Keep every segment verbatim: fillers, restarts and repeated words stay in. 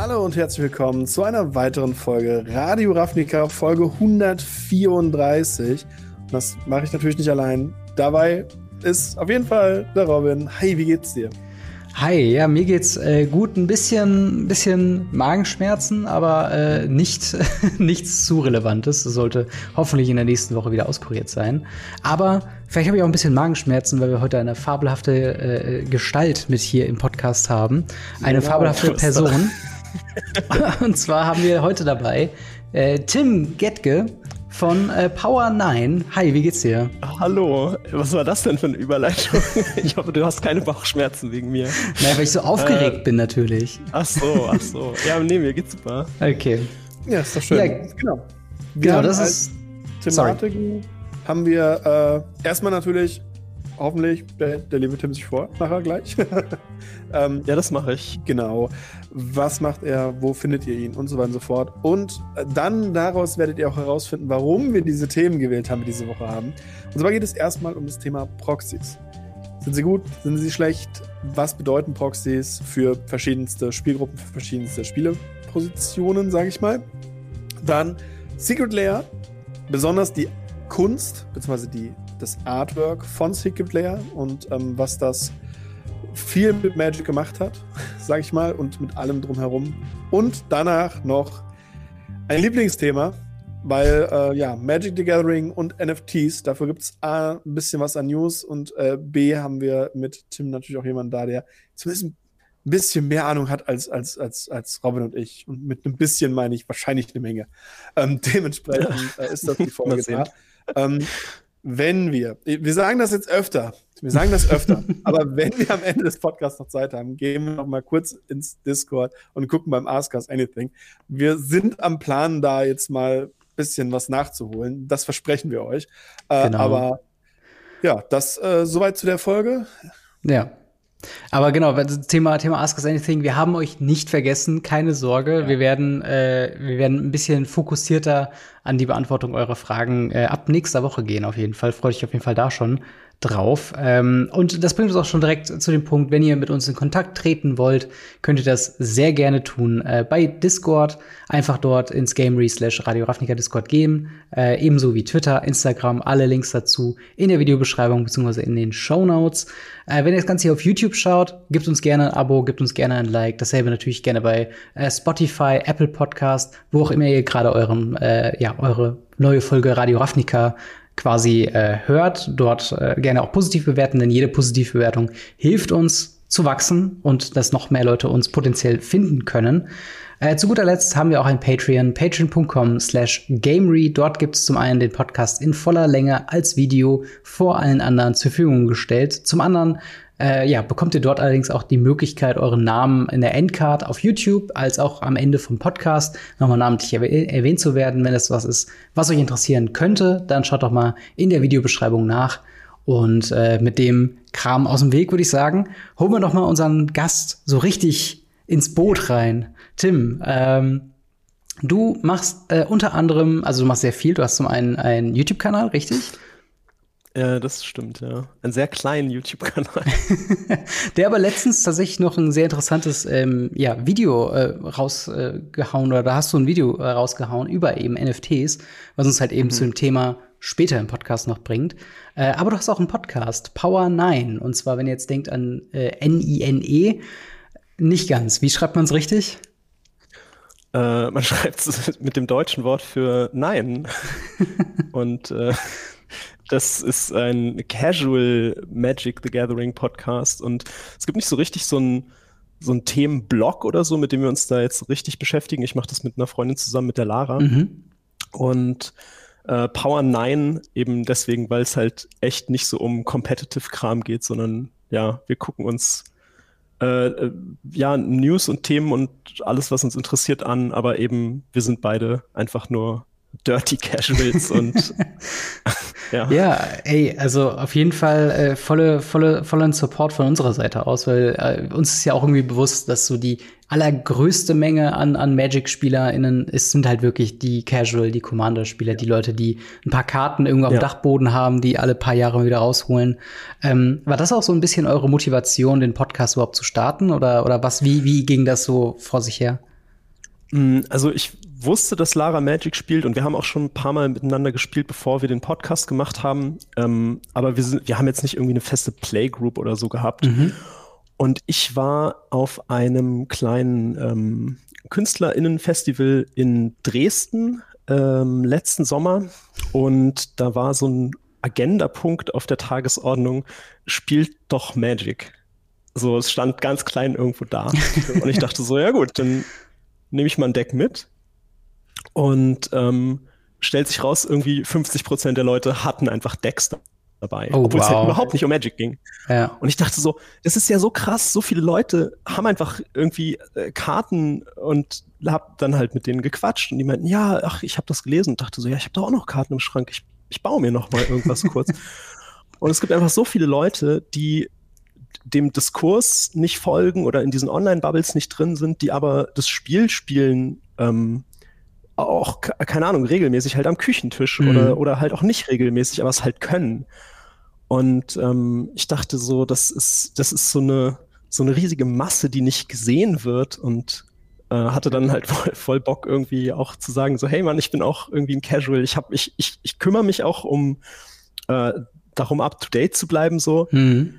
Hallo und herzlich willkommen zu einer weiteren Folge Radio Ravnica, Folge hundertvierunddreißig. Und das mache ich natürlich nicht allein. Dabei ist auf jeden Fall der Robin. Hi, wie geht's dir? Hi, ja, mir geht's äh, gut. Ein bisschen, bisschen Magenschmerzen, aber äh, nicht, nichts zu Relevantes. Das sollte hoffentlich in der nächsten Woche wieder auskuriert sein. Aber vielleicht habe ich auch ein bisschen Magenschmerzen, weil wir heute eine fabelhafte äh, Gestalt mit hier im Podcast haben. Eine wow, fabelhafte Person. Und zwar haben wir heute dabei äh, Tim Gettke von äh, Power neun. Hi, wie geht's dir? Hallo, was war das denn für eine Überleitung? Ich hoffe, du hast keine Bauchschmerzen wegen mir. Nein, weil ich so aufgeregt äh, bin natürlich. Ach so, ach so. Ja, nee, mir geht's super. Okay. Ja, ist doch schön. Ja, genau. Wir genau, das ist Thematiken haben wir äh, erstmal natürlich, hoffentlich, der, der liebe Tim sich vor, nachher gleich. ähm, ja, das mache ich. Genau. Was macht er, wo findet ihr ihn und so weiter und so fort. Und dann daraus werdet ihr auch herausfinden, warum wir diese Themen gewählt haben, die wir diese Woche haben. Und zwar geht es erstmal um das Thema Proxys. Sind sie gut? Sind sie schlecht? Was bedeuten Proxys für verschiedenste Spielgruppen, für verschiedenste Spielepositionen, sage ich mal. Dann Secret Lair, besonders die Kunst, beziehungsweise die, das Artwork von Secret Lair und ähm, was das viel mit Magic gemacht hat, sag ich mal, und mit allem drumherum. Und danach noch ein Lieblingsthema, weil, äh, ja, Magic the Gathering und N F Ts, dafür gibt es A, ein bisschen was an News und äh, B, haben wir mit Tim natürlich auch jemanden da, der zumindest ein bisschen mehr Ahnung hat als, als, als, als Robin und ich. Und mit einem bisschen meine ich wahrscheinlich eine Menge. Ähm, dementsprechend äh, ist das die Folge da. Ähm, wenn wir, wir sagen das jetzt öfter, wir sagen das öfter, aber wenn wir am Ende des Podcasts noch Zeit haben, gehen wir noch mal kurz ins Discord und gucken beim Ask Us Anything. Wir sind am Plan, da jetzt mal ein bisschen was nachzuholen. Das versprechen wir euch. Äh, genau. Aber ja, das äh, soweit zu der Folge. Ja. Aber genau, Thema, Thema Ask Us Anything, wir haben euch nicht vergessen, keine Sorge. Ja. Wir werden, äh, wir werden ein bisschen fokussierter an die Beantwortung eurer Fragen äh, ab nächster Woche gehen, auf jeden Fall. Freut euch auf jeden Fall da schon drauf. Ähm, und das bringt uns auch schon direkt zu dem Punkt, wenn ihr mit uns in Kontakt treten wollt, könnt ihr das sehr gerne tun. Äh, bei Discord, einfach dort ins Gamery slash Radio Ravnica Discord gehen, äh, ebenso wie Twitter, Instagram, alle Links dazu in der Videobeschreibung bzw. in den Shownotes. Äh, wenn ihr das Ganze hier auf YouTube schaut, gebt uns gerne ein Abo, gebt uns gerne ein Like. Dasselbe natürlich gerne bei äh, Spotify, Apple Podcast, wo auch immer ihr gerade euren, äh, ja, eure neue Folge Radio Ravnica quasi äh, hört, dort äh, gerne auch positiv bewerten, denn jede positive Bewertung hilft uns zu wachsen und dass noch mehr Leute uns potenziell finden können. Äh, zu guter Letzt haben wir auch ein Patreon, patreon punkt com slash gamery. Dort gibt es zum einen den Podcast in voller Länge als Video vor allen anderen zur Verfügung gestellt. Zum anderen Äh, ja, bekommt ihr dort allerdings auch die Möglichkeit, euren Namen in der Endcard auf YouTube als auch am Ende vom Podcast nochmal namentlich erwäh- erwähnt zu werden. Wenn es was ist, was euch interessieren könnte, dann schaut doch mal in der Videobeschreibung nach. Und äh, mit dem Kram aus dem Weg, würde ich sagen, holen wir doch mal unseren Gast so richtig ins Boot rein. Tim, ähm, du machst äh, unter anderem, also du machst sehr viel, du hast zum einen einen YouTube-Kanal, richtig? Ja, das stimmt, ja. Einen sehr kleinen YouTube-Kanal. Der aber letztens tatsächlich noch ein sehr interessantes ähm, ja, Video äh, rausgehauen, äh, oder da hast du ein Video äh, rausgehauen über eben N F Ts, was uns halt eben mhm. zu dem Thema später im Podcast noch bringt. Äh, aber du hast auch einen Podcast, Power neun. Und zwar, wenn ihr jetzt denkt an äh, N I N E, nicht ganz. Wie schreibt man es richtig? Äh, man schreibt es mit dem deutschen Wort für Nein. Und äh, das ist ein Casual Magic the Gathering Podcast und es gibt nicht so richtig so ein so ein Themenblock oder so, mit dem wir uns da jetzt richtig beschäftigen. Ich mache das mit einer Freundin zusammen, mit der Lara. Mhm. Und äh, Power neun eben deswegen, weil es halt echt nicht so um Competitive-Kram geht, sondern ja, wir gucken uns äh, äh, ja News und Themen und alles, was uns interessiert, an, aber eben wir sind beide einfach nur Dirty Casuals und ja. Ja, ey, also auf jeden Fall äh, volle, volle, vollen Support von unserer Seite aus, weil äh, uns ist ja auch irgendwie bewusst, dass so die allergrößte Menge an, an Magic-SpielerInnen ist, sind halt wirklich die Casual, die Commander-Spieler, ja. Die Leute, die ein paar Karten irgendwo am ja. Dachboden haben, die alle paar Jahre wieder rausholen. Ähm, war das auch so ein bisschen eure Motivation, den Podcast überhaupt zu starten? Oder, oder was, wie, wie ging das so vor sich her? Also ich wusste, dass Lara Magic spielt und wir haben auch schon ein paar Mal miteinander gespielt, bevor wir den Podcast gemacht haben. Ähm, aber wir, sind, wir haben jetzt nicht irgendwie eine feste Playgroup oder so gehabt. Mhm. Und ich war auf einem kleinen ähm, KünstlerInnen-Festival in Dresden ähm, letzten Sommer. Und da war so ein Agendapunkt auf der Tagesordnung, spielt doch Magic. So, es stand ganz klein irgendwo da. Und ich dachte so, ja gut, dann nehme ich mal ein Deck mit und ähm, stellt sich raus, irgendwie fünfzig Prozent der Leute hatten einfach Decks dabei, oh, obwohl wow. es halt überhaupt nicht um Magic ging. Ja. Und ich dachte so, das ist ja so krass, so viele Leute haben einfach irgendwie äh, Karten und hab dann halt mit denen gequatscht und die meinten, ja, ach, ich habe das gelesen und dachte so, ja, ich habe doch auch noch Karten im Schrank, ich, ich baue mir noch mal irgendwas kurz. Und es gibt einfach so viele Leute, die dem Diskurs nicht folgen oder in diesen Online-Bubbles nicht drin sind, die aber das Spiel spielen, ähm, auch, keine Ahnung, regelmäßig halt am Küchentisch mhm. oder, oder halt auch nicht regelmäßig, aber es halt können. Und ähm, ich dachte so, das ist, das ist so eine, so eine riesige Masse, die nicht gesehen wird und äh, hatte dann halt voll, voll Bock irgendwie auch zu sagen, so hey Mann, ich bin auch irgendwie ein Casual, ich hab, ich, ich, ich kümmere mich auch um äh, darum, up to date zu bleiben so. Mhm.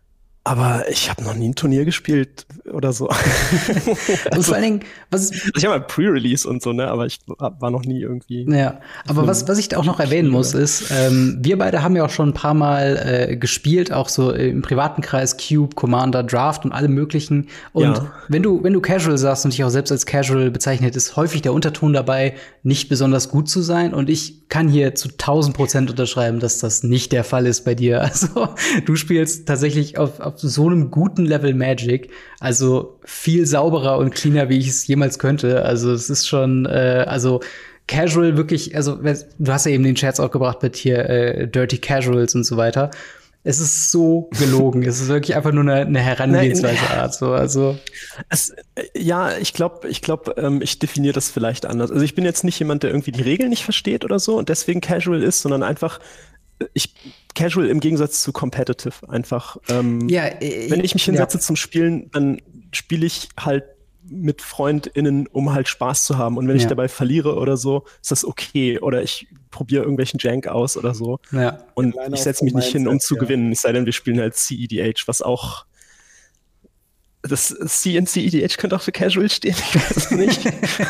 Aber ich habe noch nie ein Turnier gespielt oder so. also, und vor allen Dingen, was also ich habe mal Pre-Release und so, ne, aber ich war noch nie irgendwie. Ja, aber was, was ich auch noch erwähnen muss, ist, ähm, wir beide haben ja auch schon ein paar Mal äh, gespielt, auch so im privaten Kreis, Cube, Commander, Draft und alle möglichen. Und ja. wenn du, wenn du Casual sagst und dich auch selbst als Casual bezeichnet, ist häufig der Unterton dabei, nicht besonders gut zu sein. Und ich kann hier zu tausend Prozent unterschreiben, dass das nicht der Fall ist bei dir. Also du spielst tatsächlich auf, auf so einem guten Level Magic, also viel sauberer und cleaner, wie ich es jemals könnte. Also es ist schon, äh, also Casual wirklich, also du hast ja eben den Scherz auch gebracht mit hier äh, Dirty Casuals und so weiter. Es ist so gelogen. Es ist wirklich einfach nur eine, eine Herangehensweise-Art. So, also es, ja, ich glaube, ich glaube, ähm, ich definiere das vielleicht anders. Also ich bin jetzt nicht jemand, der irgendwie die Regeln nicht versteht oder so und deswegen Casual ist, sondern einfach ich Casual im Gegensatz zu Competitive einfach. Ähm, ja, ich, wenn ich mich hinsetze ja. zum Spielen, dann spiele ich halt mit FreundInnen, um halt Spaß zu haben. Und wenn ja. ich dabei verliere oder so, ist das okay. Oder ich probiere irgendwelchen Jank aus oder so. Ja. Und Alleine ich setze mich nicht hin, um Mindset, zu ja. gewinnen. Es sei denn, wir spielen halt C E D H, was auch das C in C E D H könnte auch für Casual stehen, ich weiß es nicht.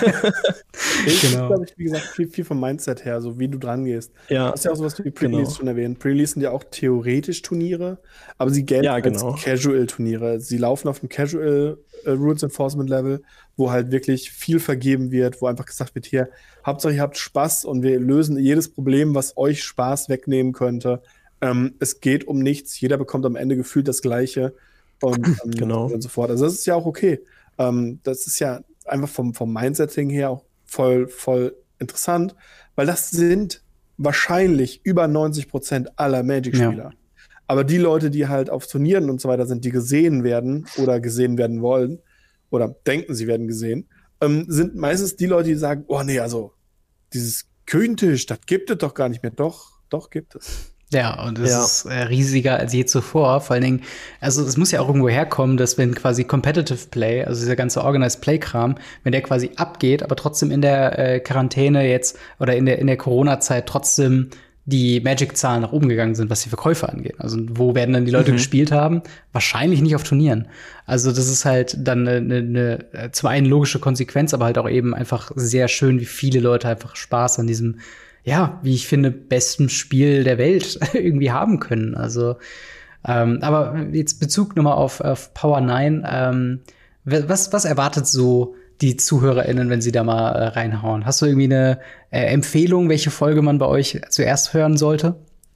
Ich Genau. glaube, ich, wie gesagt, viel, viel vom Mindset her, so wie du dran gehst. Ja. Du hast ja auch sowas wie Pre-Release Genau. schon erwähnt. Pre-Release sind ja auch theoretisch Turniere, aber sie gelten Ja, genau. als Casual-Turniere. Sie laufen auf dem Casual äh, Rules Enforcement Level, wo halt wirklich viel vergeben wird, wo einfach gesagt wird, hier, Hauptsache ihr habt Spaß und wir lösen jedes Problem, was euch Spaß wegnehmen könnte. Ähm, es geht um nichts, jeder bekommt am Ende gefühlt das Gleiche und, ähm, Genau. und so fort. Also das ist ja auch okay. Ähm, das ist ja einfach vom, vom Mindsetting her auch voll, voll interessant, weil das sind wahrscheinlich über neunzig Prozent aller Magic-Spieler. Ja. Aber die Leute, die halt auf Turnieren und so weiter sind, die gesehen werden oder gesehen werden wollen oder denken, sie werden gesehen, ähm, sind meistens die Leute, die sagen, oh nee, also dieses Küchentisch, das gibt es doch gar nicht mehr. Doch, doch gibt es. Ja, und es Ja. ist äh, riesiger als je zuvor. Vor allen Dingen, also es muss ja auch irgendwo herkommen, dass wenn quasi Competitive Play, also dieser ganze Organized Play-Kram, wenn der quasi abgeht, aber trotzdem in der äh, Quarantäne jetzt oder in der in der Corona-Zeit trotzdem die Magic-Zahlen nach oben gegangen sind, was die Verkäufe angeht. Also wo werden dann die Leute Mhm. gespielt haben? Wahrscheinlich nicht auf Turnieren. Also das ist halt dann eine, eine, eine zum einen logische Konsequenz, aber halt auch eben einfach sehr schön, wie viele Leute einfach Spaß an diesem, ja, wie ich finde, besten Spiel der Welt irgendwie haben können. Also, ähm, aber jetzt Bezug nochmal auf, auf Power neun. Ähm, was, was erwartet so die ZuhörerInnen, wenn sie da mal äh, reinhauen? Hast du irgendwie eine äh, Empfehlung, welche Folge man bei euch zuerst hören sollte?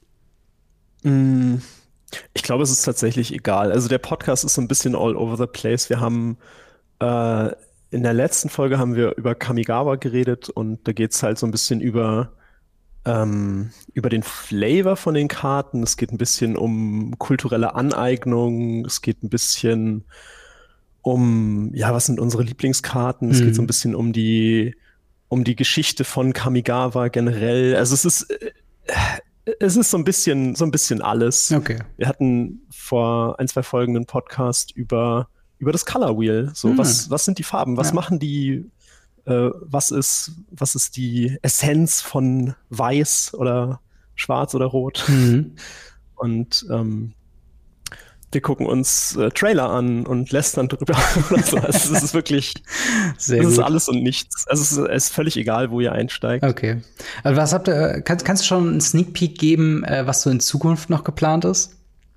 Ich glaube, es ist tatsächlich egal. Also der Podcast ist so ein bisschen all over the place. Wir haben äh, in der letzten Folge haben wir über Kamigawa geredet und da geht es halt so ein bisschen über ähm, über den Flavor von den Karten. Es geht ein bisschen um kulturelle Aneignung. Es geht ein bisschen um, ja, was sind unsere Lieblingskarten? Es Mhm. geht so ein bisschen um die um die Geschichte von Kamigawa generell. Also es ist äh, es ist so ein bisschen so ein bisschen alles. Okay. Wir hatten vor ein, zwei Folgen einen Podcast über, über das Color Wheel. So, Hm. was, was sind die Farben? Was Ja. machen die, äh, was ist, was ist die Essenz von Weiß oder Schwarz oder Rot. Mhm. Und ähm, wir gucken uns äh, Trailer an und lästern drüber oder so. Also es ist wirklich, Sehr es ist gut. alles und nichts. Also es ist, es ist völlig egal, wo ihr einsteigt. Okay. Also was habt ihr, kannst, kannst du schon einen Sneak Peek geben, äh, was so in Zukunft noch geplant ist?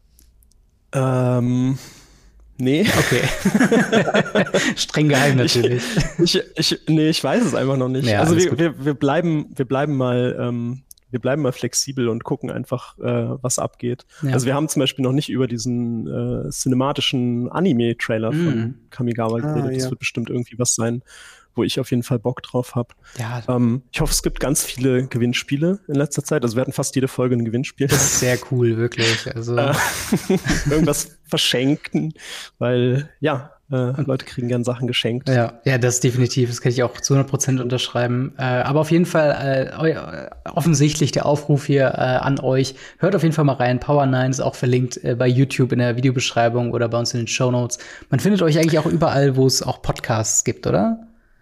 Ähm, nee. Okay. Streng geheim natürlich. Ich, ich, ich, nee, ich weiß es einfach noch nicht. Ja, also alles wir, gut. wir, wir bleiben, wir bleiben mal, ähm, wir bleiben mal flexibel und gucken einfach, äh, was abgeht. Ja. Also wir haben zum Beispiel noch nicht über diesen äh, cinematischen Anime-Trailer Mm. von Kamigawa Ah, geredet. Das ja. wird bestimmt irgendwie was sein, wo ich auf jeden Fall Bock drauf habe. Ja, Ähm, ich hoffe, es gibt ganz viele Gewinnspiele in letzter Zeit. Also wir hatten fast jede Folge ein Gewinnspiel. das ist sehr cool, wirklich. Also Äh, irgendwas verschenken, weil ja, äh, Leute kriegen gern Sachen geschenkt. Ja, ja, das definitiv. Das kann ich auch zu hundert Prozent unterschreiben. Äh, aber auf jeden Fall äh, eu- offensichtlich der Aufruf hier äh, an euch. Hört auf jeden Fall mal rein. Power Nine ist auch verlinkt äh, bei YouTube in der Videobeschreibung oder bei uns in den Shownotes. Man findet euch eigentlich auch überall, wo es auch Podcasts gibt, oder?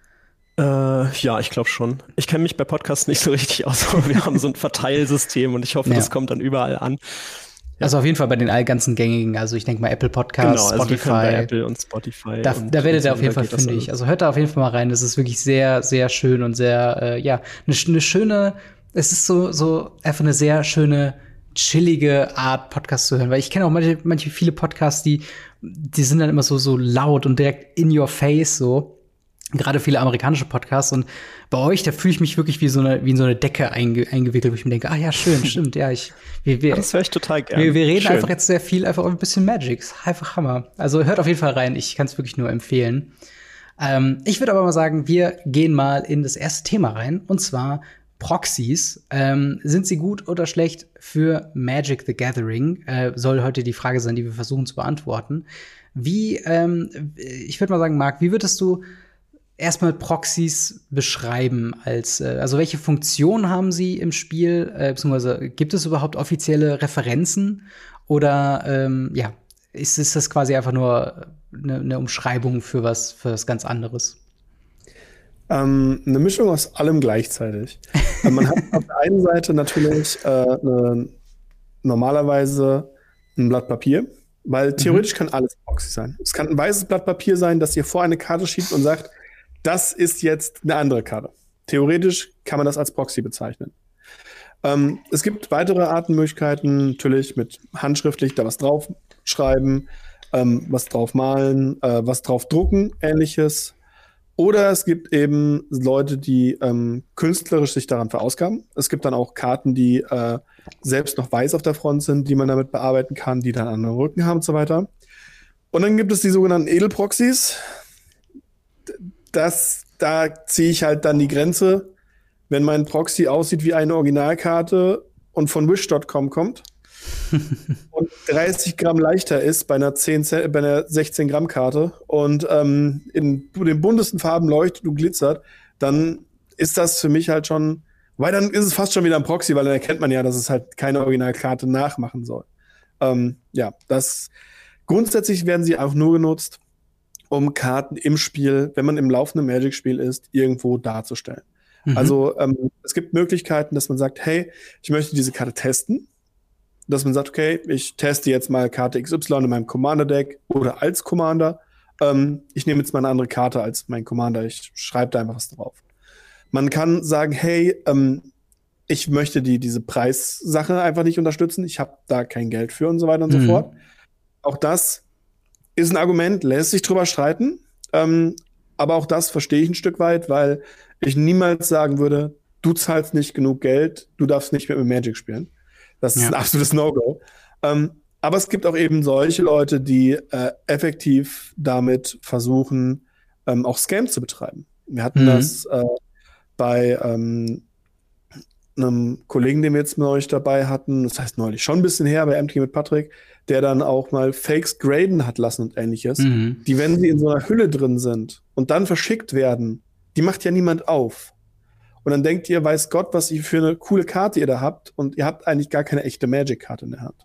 Äh, ja, ich glaube schon. Ich kenne mich bei Podcasts nicht so richtig aus, aber wir haben so ein Verteilsystem und ich hoffe, Ja. das kommt dann überall an. Also auf jeden Fall bei den all ganzen gängigen, also ich denke mal Apple Podcasts, Genau, also wir können bei Spotify. Apple und Spotify. Da, und, da werdet und ihr so, auf jeden da Fall geht das fündig. alles. Also hört da auf jeden Fall mal rein. Das ist wirklich sehr, sehr schön und sehr, äh, ja, eine eine schöne, es ist so, so einfach eine sehr schöne, chillige Art, Podcast zu hören. Weil ich kenne auch manche, manche viele Podcasts, die, die sind dann immer so, so laut und direkt in your face, so. Gerade viele amerikanische Podcasts. Und bei euch, da fühle ich mich wirklich wie so eine, wie in so eine Decke einge eingewickelt, wo ich mir denke, ah ja, schön, stimmt, ja, ich, wir, wir, Das höre ich total gerne. wir, wir reden Schön. einfach jetzt sehr viel, einfach ein bisschen Magics. Einfach Hammer. Also hört auf jeden Fall rein. Ich kann es wirklich nur empfehlen. Ähm, ich würde aber mal sagen, wir gehen mal in das erste Thema rein. Und zwar Proxys. Ähm, sind sie gut oder schlecht für Magic the Gathering? Äh, soll heute die Frage sein, die wir versuchen zu beantworten. Wie, ähm, ich würde mal sagen, Marc, wie würdest du erstmal Proxys beschreiben als, äh, also welche Funktion haben sie im Spiel, äh, beziehungsweise gibt es überhaupt offizielle Referenzen oder ähm, ja, ist, ist das quasi einfach nur eine, eine Umschreibung für was, für was ganz anderes? Ähm, eine Mischung aus allem gleichzeitig. äh, man hat auf der einen Seite natürlich äh, eine, normalerweise ein Blatt Papier, weil theoretisch mhm. kann alles Proxy sein. Es kann ein weißes Blatt Papier sein, das ihr vor eine Karte schiebt und sagt, das ist jetzt eine andere Karte. Theoretisch kann man das als Proxy bezeichnen. Ähm, es gibt weitere Artenmöglichkeiten, natürlich mit handschriftlich da was draufschreiben, ähm, was drauf malen, äh, was drauf drucken, ähnliches. Oder es gibt eben Leute, die ähm, künstlerisch sich daran verausgaben. Es gibt dann auch Karten, die äh, selbst noch weiß auf der Front sind, die man damit bearbeiten kann, die dann andere Rücken haben und so weiter. Und dann gibt es die sogenannten Edelproxys. Das, da ziehe ich halt dann die Grenze, wenn mein Proxy aussieht wie eine Originalkarte und von Wish Punkt com kommt und dreißig Gramm leichter ist bei einer, zehn, bei einer sechzehn Gramm Karte und ähm, in den buntesten Farben leuchtet und glitzert, dann ist das für mich halt schon, weil dann ist es fast schon wieder ein Proxy, weil dann erkennt man ja, dass es halt keine Originalkarte nachmachen soll. Ähm, ja, das grundsätzlich werden sie auch nur genutzt, um Karten im Spiel, wenn man im laufenden Magic-Spiel ist, irgendwo darzustellen. Mhm. Also ähm, es gibt Möglichkeiten, dass man sagt, hey, ich möchte diese Karte testen. Dass man sagt, okay, ich teste jetzt mal Karte X Y in meinem Commander-Deck oder als Commander. Ähm, ich nehme jetzt mal eine andere Karte als mein Commander. Ich schreibe da einfach was drauf. Man kann sagen, hey, ähm, ich möchte die, diese Preissache einfach nicht unterstützen. Ich habe da kein Geld für und so weiter und mhm. so fort. Auch das ist ein Argument, lässt sich drüber streiten. Ähm, aber auch das verstehe ich ein Stück weit, weil ich niemals sagen würde, du zahlst nicht genug Geld, du darfst nicht mit mir Magic spielen. Das ist ja ein absolutes No-Go. Ähm, aber es gibt auch eben solche Leute, die äh, effektiv damit versuchen, ähm, auch Scams zu betreiben. Wir hatten mhm. das äh, bei ähm, einem Kollegen, den wir jetzt neulich dabei hatten, das heißt neulich schon ein bisschen her, bei M T mit Patrick, der dann auch mal Fakes graden hat lassen und ähnliches, mhm. die, wenn sie in so einer Hülle drin sind und dann verschickt werden, die macht ja niemand auf. Und dann denkt ihr, weiß Gott, was ihr für eine coole Karte ihr da habt und ihr habt eigentlich gar keine echte Magic-Karte in der Hand.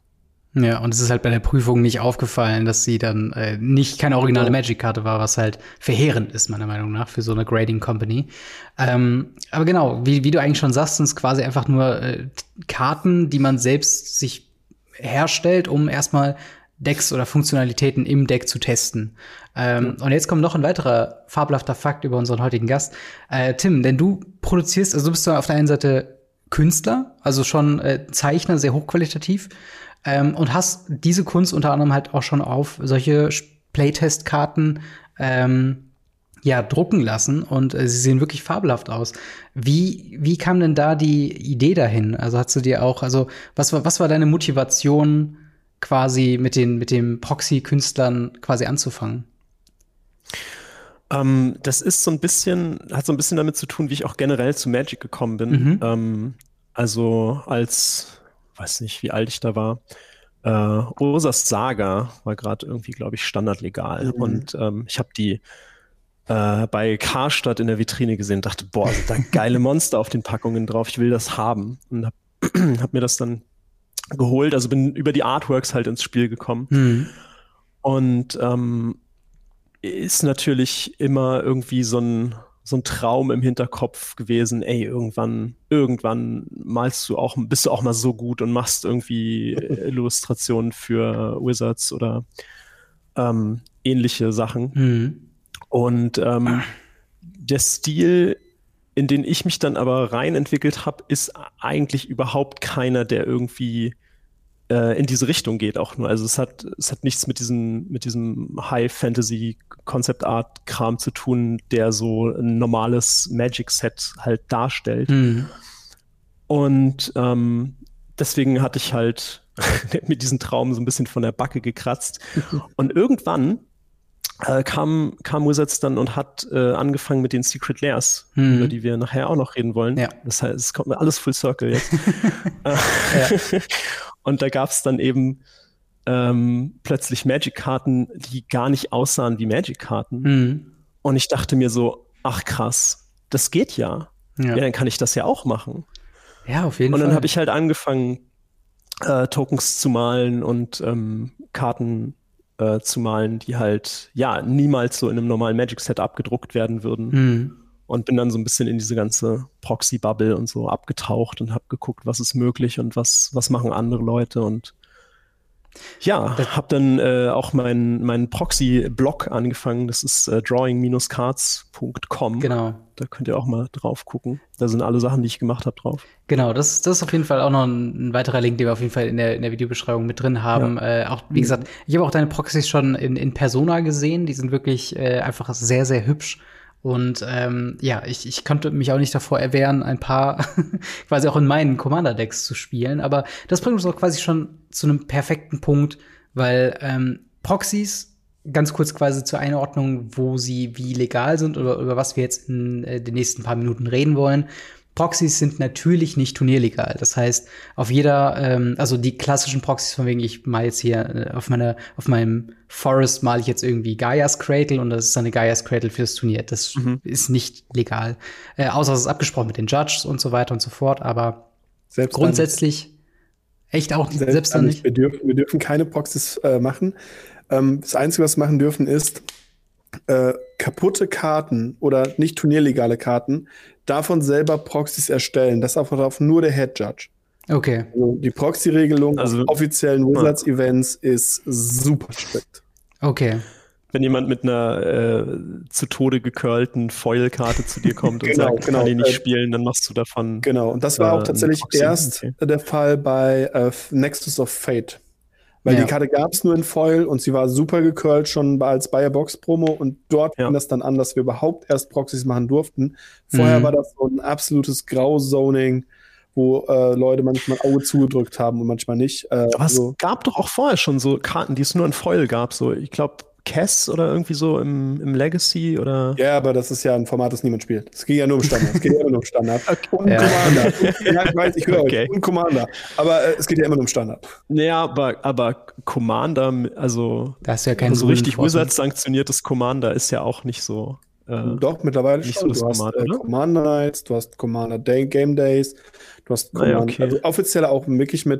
Ja, und es ist halt bei der Prüfung nicht aufgefallen, dass sie dann äh, nicht keine originale Ja. Magic-Karte war, was halt verheerend ist, meiner Meinung nach, für so eine Grading-Company. Ähm, aber genau, wie, wie du eigentlich schon sagst, sind es quasi einfach nur äh, Karten, die man selbst sich herstellt, um erstmal Decks oder Funktionalitäten im Deck zu testen. Ähm, Ja. Und jetzt kommt noch ein weiterer fabelhafter Fakt über unseren heutigen Gast. Äh, Tim, denn du produzierst, also du bist so auf der einen Seite Künstler, also schon äh, Zeichner, sehr hochqualitativ, ähm, und hast diese Kunst unter anderem halt auch schon auf solche Playtest-Karten ähm, ja, drucken lassen und äh, sie sehen wirklich fabelhaft aus. Wie, wie kam denn da die Idee dahin? Also hast du dir auch, also was war, was war deine Motivation, quasi mit den, mit dem Proxy-Künstlern quasi anzufangen? Ähm, das ist so ein bisschen, hat so ein bisschen damit zu tun, wie ich auch generell zu Magic gekommen bin. Mhm. Ähm, also als, weiß nicht, wie alt ich da war, äh, Ursas Saga war gerade irgendwie, glaube ich, standardlegal. Mhm. Und ähm, ich habe die äh, bei Karstadt in der Vitrine gesehen, dachte, boah, sind da geile Monster auf den Packungen drauf, ich will das haben. Und hab, hab mir das dann geholt, also bin über die Artworks halt ins Spiel gekommen. Mhm. Und ähm, ist natürlich immer irgendwie so ein, so ein Traum im Hinterkopf gewesen, ey, irgendwann, irgendwann malst du auch, bist du auch mal so gut und machst irgendwie Illustrationen für Wizards oder ähm, ähnliche Sachen. Mhm. Und ähm, der Stil, in den ich mich dann aber rein entwickelt habe, ist eigentlich überhaupt keiner, der irgendwie äh, in diese Richtung geht auch nur. Also es hat, es hat nichts mit diesem, mit diesem High-Fantasy-Concept-Art-Kram zu tun, der so ein normales Magic-Set halt darstellt. Mhm. Und ähm, deswegen hatte ich halt mit diesem Traum so ein bisschen von der Backe gekratzt. Und irgendwann äh, kam, kam Wizards dann und hat äh, angefangen mit den Secret Lairs, Mhm. über die wir nachher auch noch reden wollen. Ja. Das heißt, es kommt mir alles full circle jetzt. Ja. Und da gab es dann eben ähm, plötzlich Magic-Karten, die gar nicht aussahen wie Magic-Karten. Mhm. Und ich dachte mir so, ach krass, das geht ja. Ja. Ja, dann kann ich das ja auch machen. Ja, auf jeden Und dann Fall. habe ich halt angefangen, äh, Tokens zu malen und ähm, Karten äh, zu malen, die halt ja niemals so in einem normalen Magic-Set abgedruckt werden würden. Mhm. Und bin dann so ein bisschen in diese ganze Proxy-Bubble und so abgetaucht und habe geguckt, was ist möglich und was, was machen andere Leute. Und ja, habe dann äh, auch meinen mein Proxy-Blog angefangen. Das ist äh, drawing Bindestrich cards Punkt com. Genau. Da könnt ihr auch mal drauf gucken. Da sind alle Sachen, die ich gemacht habe, drauf. Genau, das, das ist auf jeden Fall auch noch ein, ein weiterer Link, den wir auf jeden Fall in der, in der Videobeschreibung mit drin haben. Äh, auch, wie gesagt, ich habe auch deine Proxys schon in, in Persona gesehen. Die sind wirklich äh, einfach sehr, sehr hübsch. Und ähm, ja, ich, ich konnte mich auch nicht davor erwehren, ein paar quasi auch in meinen Commander-Decks zu spielen. Aber das bringt uns auch quasi schon zu einem perfekten Punkt, weil ähm, Proxys, ganz kurz quasi zur Einordnung, wo sie wie legal sind oder über was wir jetzt in äh, den nächsten paar Minuten reden wollen. Proxys sind natürlich nicht turnierlegal. Das heißt, auf jeder, ähm, also die klassischen Proxys, von wegen, ich mal jetzt hier äh, auf meiner, auf meinem Forest male ich jetzt irgendwie Gaia's Cradle und das ist eine Gaia's Cradle fürs Turnier. Das Mhm. ist nicht legal. Äh, außer es ist abgesprochen mit den Judges und so weiter und so fort. Aber Selbst grundsätzlich echt auch dann, selbst, selbst dann dann nicht. nicht. Wir dürfen, wir dürfen keine Proxys äh, machen. Ähm, das Einzige, was wir machen dürfen, ist äh, kaputte Karten oder nicht turnierlegale Karten davon selber Proxys erstellen. Das darf nur der Head Judge. Okay. Also die Proxy-Regelung Also- auf offiziellen Wizards-Events ist super strikt. Okay. Wenn jemand mit einer äh, zu Tode gecurlten Foil-Karte zu dir kommt und Genau, sagt, genau. kann die nicht Äh, spielen, dann machst du davon. Genau, und das war Äh, auch tatsächlich ein Proxy, erst okay. der Fall bei äh, Nexus of Fate. Weil Ja. die Karte gab es nur in Foil und sie war super gecurlt schon als Buy-a-Box-Promo und dort Ja. fing das dann an, dass wir überhaupt erst Proxys machen durften. Vorher Mhm. war das so ein absolutes Grauzoning, wo äh, Leute manchmal ein Auge zugedrückt haben und manchmal nicht. Äh, Aber also, es gab doch auch vorher schon so Karten, die es nur in Foil gab. So, ich glaube, Cass oder irgendwie so im, im Legacy oder. ja, aber das ist ja ein Format, das niemand spielt. Es ging ja nur um Standard. Es geht ja immer nur um Standard. Und Ja. Commander. Ja, ich weiß, ich höre Okay. euch. Und Commander. Aber äh, es geht ja immer nur um Standard. Naja, aber, aber Commander, also Da hast du ja keinen so grünen richtig Vorteil. Wizards-sanktioniertes Commander ist ja auch nicht so. Äh, Doch, mittlerweile nicht schon. so das du hast Format, äh, oder? Commander Nights, du hast Commander Day Game Days, du hast Ah ja, Commander, okay. also offiziell auch wirklich mit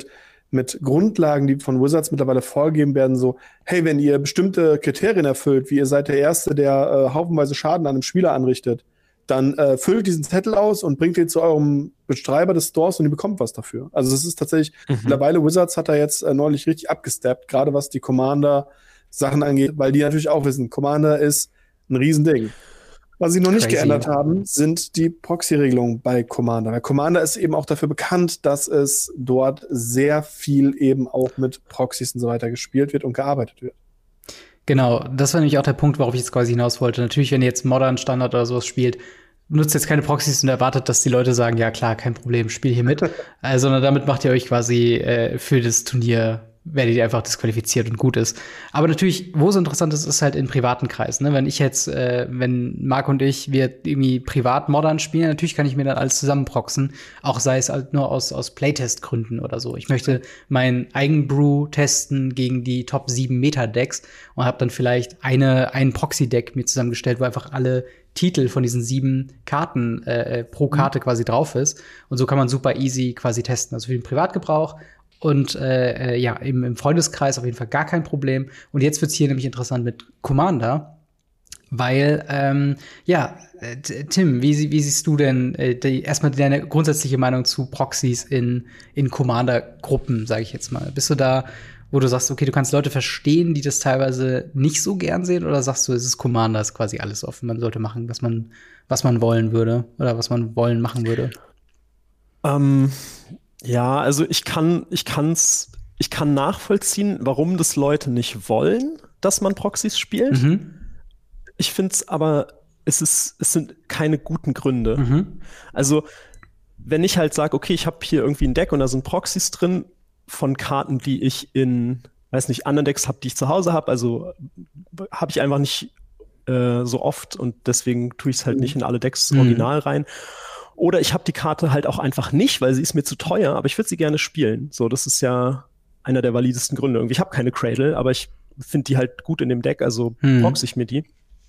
mit Grundlagen, die von Wizards mittlerweile vorgegeben werden, so, hey, wenn ihr bestimmte Kriterien erfüllt, wie ihr seid der Erste, der äh, haufenweise Schaden an einem Spieler anrichtet, dann äh, füllt diesen Zettel aus und bringt ihn zu eurem Betreiber des Stores und ihr bekommt was dafür. Also es ist tatsächlich, mhm. mittlerweile Wizards hat da jetzt äh, neulich richtig abgesteppt, gerade was die Commander-Sachen angeht, weil die natürlich auch wissen, Commander ist ein Riesending. Was sie noch nicht Crazy. geändert haben, sind die Proxy-Regelungen bei Commander. Weil Commander ist eben auch dafür bekannt, dass es dort sehr viel eben auch mit Proxys und so weiter gespielt wird und gearbeitet wird. Genau, das war nämlich auch der Punkt, worauf ich jetzt quasi hinaus wollte. Natürlich, wenn ihr jetzt Modern Standard oder sowas spielt, nutzt jetzt keine Proxys und erwartet, dass die Leute sagen, ja klar, kein Problem, spiel hier mit. äh, sondern damit macht ihr euch quasi äh, für das Turnier, werdet ihr einfach disqualifiziert und gut ist. Aber natürlich, wo es interessant ist, ist halt in privaten Kreisen. Ne? Wenn ich jetzt, äh, wenn Marc und ich, wir irgendwie privat Modern spielen, natürlich kann ich mir dann alles zusammenproxen, auch sei es halt nur aus, aus Playtest-Gründen oder so. Ich möchte mein Eigenbrew testen gegen die Top sieben Meta-Decks und habe dann vielleicht eine, ein Proxy-Deck mir zusammengestellt, wo einfach alle Titel von diesen sieben Karten äh, pro Karte mhm. quasi drauf ist. Und so kann man super easy quasi testen. Also für den Privatgebrauch. Und äh, ja, im, im Freundeskreis auf jeden Fall gar kein Problem. Und jetzt wird's hier nämlich interessant mit Commander, weil, ähm, ja, äh, Tim, wie, wie siehst du denn äh, die, erstmal deine grundsätzliche Meinung zu Proxys in, in Commander-Gruppen, sage ich jetzt mal? Bist du da, wo du sagst, okay, du kannst Leute verstehen, die das teilweise nicht so gern sehen, oder sagst du, es ist Commander, ist quasi alles offen, man sollte machen, was man, was man wollen würde oder was man wollen machen würde? Ähm Ja, also ich kann, ich kann's, ich kann nachvollziehen, warum das Leute nicht wollen, dass man Proxys spielt. Mhm. Ich finde es aber, es ist, es sind keine guten Gründe. Mhm. Also, wenn ich halt sage, okay, ich habe hier irgendwie ein Deck und da sind Proxys drin von Karten, die ich in, weiß nicht, anderen Decks habe, die ich zu Hause habe, also habe ich einfach nicht äh, so oft und deswegen tue ich es halt mhm. nicht in alle Decks Mhm. original rein. Oder ich habe die Karte halt auch einfach nicht, weil sie ist mir zu teuer, aber ich würde sie gerne spielen. So, das ist ja einer der validesten Gründe. Irgendwie, ich habe keine Cradle, aber ich finde die halt gut in dem Deck, also hm. proxy ich mir die.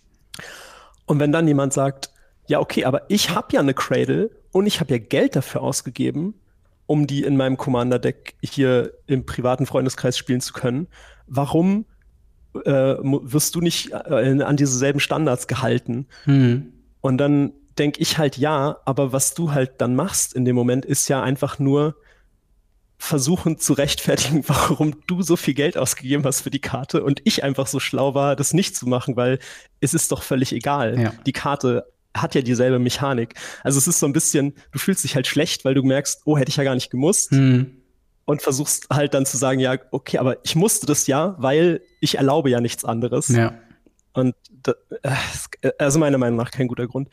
Und wenn dann jemand sagt, ja, okay, aber ich habe ja eine Cradle und ich habe ja Geld dafür ausgegeben, um die in meinem Commander-Deck hier im privaten Freundeskreis spielen zu können, warum äh, wirst du nicht äh, an dieselben Standards gehalten? Hm. Und dann denke ich halt ja, aber was du halt dann machst in dem Moment, ist ja einfach nur versuchen zu rechtfertigen, warum du so viel Geld ausgegeben hast für die Karte und ich einfach so schlau war, das nicht zu machen, weil es ist doch völlig egal. Ja. Die Karte hat ja dieselbe Mechanik. Also es ist so ein bisschen, du fühlst dich halt schlecht, weil du merkst, oh, hätte ich ja gar nicht gemusst. Hm. Und versuchst halt dann zu sagen, ja, okay, aber ich musste das ja, weil ich erlaube ja nichts anderes. Ja. Und da, also meiner Meinung nach kein guter Grund.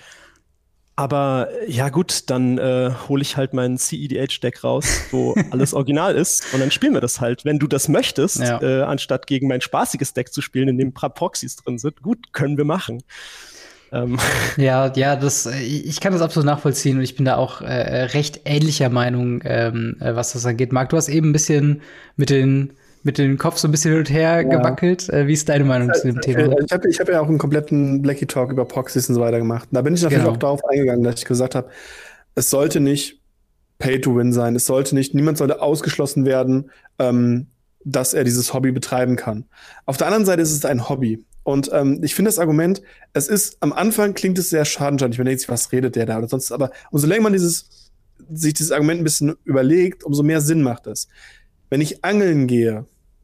Aber ja gut, dann äh, hole ich halt mein C E D H-Deck raus, wo alles original ist und dann spielen wir das halt. Wenn du das möchtest, ja. äh, anstatt gegen mein spaßiges Deck zu spielen, in dem ein paar Proxys drin sind, gut, können wir machen. Ähm. Ja, ja, das, ich kann das absolut nachvollziehen und ich bin da auch äh, recht ähnlicher Meinung, ähm, was das angeht. Marc, du hast eben ein bisschen mit den mit dem Kopf so ein bisschen hin und her ja. gewackelt. Äh, wie ist deine Meinung das zu dem heißt, Thema? Ich habe ich hab ja auch einen kompletten Blackie Talk über Proxys und so weiter gemacht. Da bin ich natürlich genau. auch darauf eingegangen, dass ich gesagt habe, es sollte nicht Pay to Win sein. Es sollte nicht, niemand sollte ausgeschlossen werden, ähm, dass er dieses Hobby betreiben kann. Auf der anderen Seite ist es ein Hobby. Und ähm, ich finde das Argument, es ist, am Anfang klingt es sehr schadenscheinlich, wenn man denkt, was redet der da oder sonst, aber umso länger man dieses, sich dieses Argument ein bisschen überlegt, umso mehr Sinn macht es. Wenn ich angeln gehe,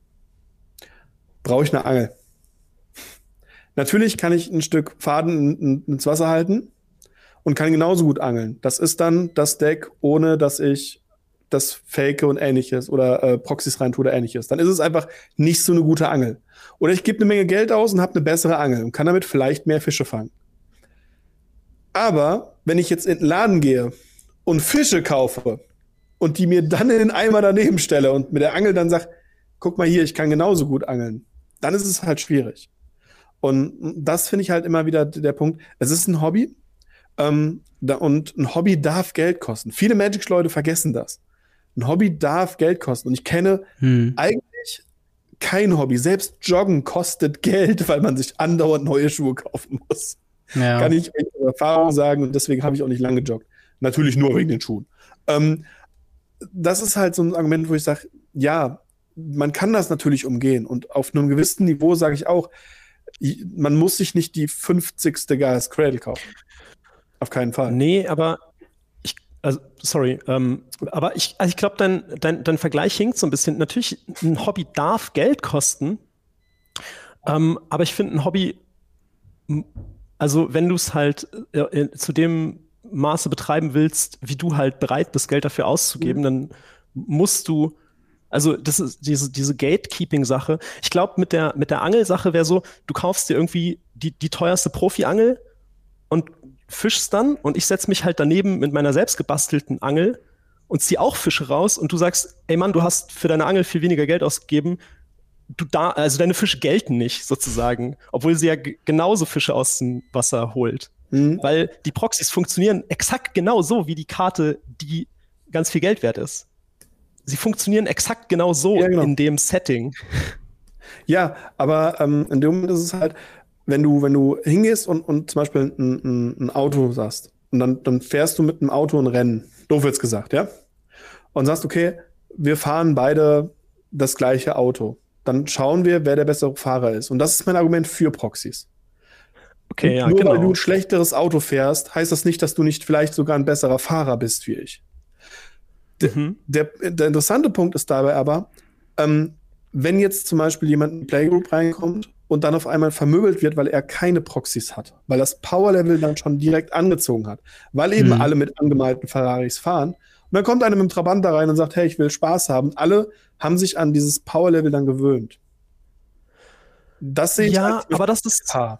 brauche ich eine Angel. Natürlich kann ich ein Stück Faden in, in, ins Wasser halten und kann genauso gut angeln. Das ist dann das Deck, ohne dass ich das fake und ähnliches oder äh, Proxys rein tue oder ähnliches. Dann ist es einfach nicht so eine gute Angel. Oder ich gebe eine Menge Geld aus und habe eine bessere Angel und kann damit vielleicht mehr Fische fangen. Aber wenn ich jetzt in den Laden gehe und Fische kaufe und die mir dann in den Eimer daneben stelle und mit der Angel dann sage, guck mal hier, ich kann genauso gut angeln, dann ist es halt schwierig. Und das finde ich halt immer wieder der Punkt. Es ist ein Hobby ähm, da, und ein Hobby darf Geld kosten. Viele Magic-Leute vergessen das. Ein Hobby darf Geld kosten. Und ich kenne hm. eigentlich kein Hobby. Selbst Joggen kostet Geld, weil man sich andauernd neue Schuhe kaufen muss. Ja. Kann ich aus Erfahrung sagen. Und deswegen habe ich auch nicht lange gejoggt. Natürlich nur wegen den Schuhen. Ähm, das ist halt so ein Argument, wo ich sage, ja, man kann das natürlich umgehen. Und auf einem gewissen Niveau sage ich auch, man muss sich nicht die fünfzigste Gaia's Cradle kaufen. Auf keinen Fall. Nee, aber ich, also, sorry, ähm, aber ich, also ich glaube, dein, dein, dein Vergleich hinkt so ein bisschen. Natürlich, ein Hobby darf Geld kosten, ähm, aber ich finde, ein Hobby, also wenn du es halt äh, zu dem Maße betreiben willst, wie du halt bereit bist, Geld dafür auszugeben, mhm. dann musst du, also das ist diese, diese Gatekeeping-Sache. Ich glaube, mit der, mit der Angelsache wäre so, du kaufst dir irgendwie die, die teuerste Profi-Angel und fischst dann und ich setze mich halt daneben mit meiner selbst gebastelten Angel und zieh auch Fische raus und du sagst, ey Mann, du hast für deine Angel viel weniger Geld ausgegeben. Du da, also deine Fische gelten nicht, sozusagen, obwohl sie ja g- genauso Fische aus dem Wasser holt. Mhm. Weil die Proxys funktionieren exakt genau so, wie die Karte, die ganz viel Geld wert ist. Sie funktionieren exakt genau so ja, genau. in dem Setting. Ja, aber ähm, in dem Moment ist es halt, wenn du, wenn du hingehst und, und zum Beispiel ein, ein, ein Auto sagst und dann, dann fährst du mit einem Auto ein Rennen, doof wird's gesagt, ja? Und sagst, okay, wir fahren beide das gleiche Auto. Dann schauen wir, wer der bessere Fahrer ist. Und das ist mein Argument für Proxys. Okay, ja, nur genau. weil du ein schlechteres Auto fährst, heißt das nicht, dass du nicht vielleicht sogar ein besserer Fahrer bist wie ich. Mhm. Der, der, der interessante Punkt ist dabei aber, ähm, wenn jetzt zum Beispiel jemand in die Playgroup reinkommt und dann auf einmal vermöbelt wird, weil er keine Proxys hat, weil das Powerlevel dann schon direkt angezogen hat, weil eben mhm. alle mit angemalten Ferraris fahren. Und dann kommt einer mit dem Trabant da rein und sagt, hey, ich will Spaß haben. Alle haben sich an dieses Powerlevel dann gewöhnt. Das sehe ich ja, halt aber das ist Paar.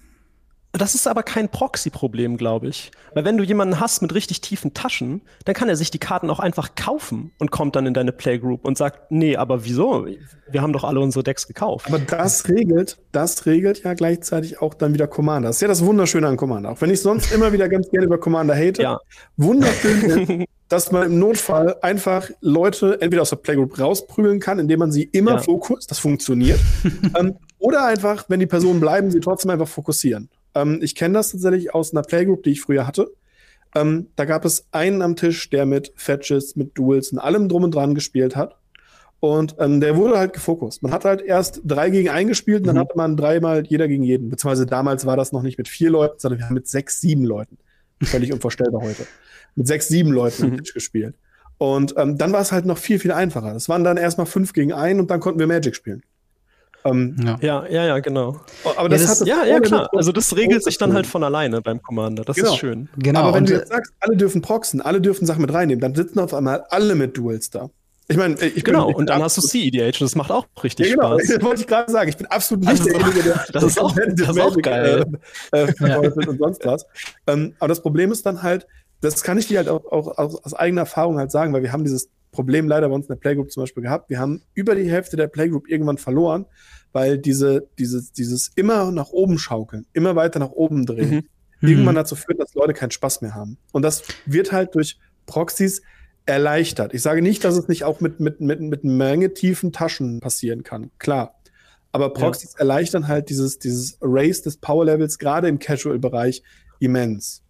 Das ist aber kein Proxy-Problem, glaube ich. Weil wenn du jemanden hast mit richtig tiefen Taschen, dann kann er sich die Karten auch einfach kaufen und kommt dann in deine Playgroup und sagt, nee, aber wieso? Wir haben doch alle unsere Decks gekauft. Aber das regelt, das regelt ja gleichzeitig auch dann wieder Commander. Das ist ja das Wunderschöne an Commander. Auch wenn ich sonst immer wieder ganz gerne über Commander hate, ja. wunderschön ist, dass man im Notfall einfach Leute entweder aus der Playgroup rausprügeln kann, indem man sie immer ja. fokussiert, das funktioniert, ähm, oder einfach, wenn die Personen bleiben, sie trotzdem einfach fokussieren. Ähm, ich kenne das tatsächlich aus einer Playgroup, die ich früher hatte. Ähm, da gab es einen am Tisch, der mit Fetches, mit Duels und allem drum und dran gespielt hat. Und ähm, der wurde halt gefokust. Man hat halt erst drei gegen einen gespielt und dann mhm. hatte man dreimal jeder gegen jeden. Beziehungsweise damals war das noch nicht mit vier Leuten, sondern wir haben mit sechs, sieben Leuten. Völlig unvorstellbar heute. Mit sechs, sieben Leuten am Tisch gespielt. Und ähm, dann war es halt noch viel, viel einfacher. Das waren dann erstmal fünf gegen einen und dann konnten wir Magic spielen. Ähm, ja. ja, ja, ja, genau. Aber das ja, das, hat das ja, ja, klar. Also das regelt sich dann halt von alleine beim Commander. Das genau. ist schön. Genau. Aber wenn und du jetzt sagst, alle dürfen proxen, alle dürfen Sachen mit reinnehmen, dann sitzen auf einmal alle mit Duels da. Ich meine, ich genau, bin, ich und dann hast du C E D H und das macht auch richtig ja, genau. Spaß. Das wollte ich gerade sagen. Ich bin absolut nicht also, derjenige, der das ist auch, das ist auch geil. Äh, äh, ja. und sonst was. Ähm, aber das Problem ist dann halt, das kann ich dir halt auch, auch, auch aus eigener Erfahrung halt sagen, weil wir haben dieses Problem leider bei uns in der Playgroup zum Beispiel gehabt. Wir haben über die Hälfte der Playgroup irgendwann verloren, weil diese, dieses, dieses immer nach oben schaukeln, immer weiter nach oben drehen, mhm. irgendwann dazu führt, dass Leute keinen Spaß mehr haben. Und das wird halt durch Proxys erleichtert. Ich sage nicht, dass es nicht auch mit, mit, mit, mit Menge tiefen Taschen passieren kann. Klar. Aber Proxys ja. erleichtern halt dieses, dieses Race des Power-Levels, gerade im Casual-Bereich, immens.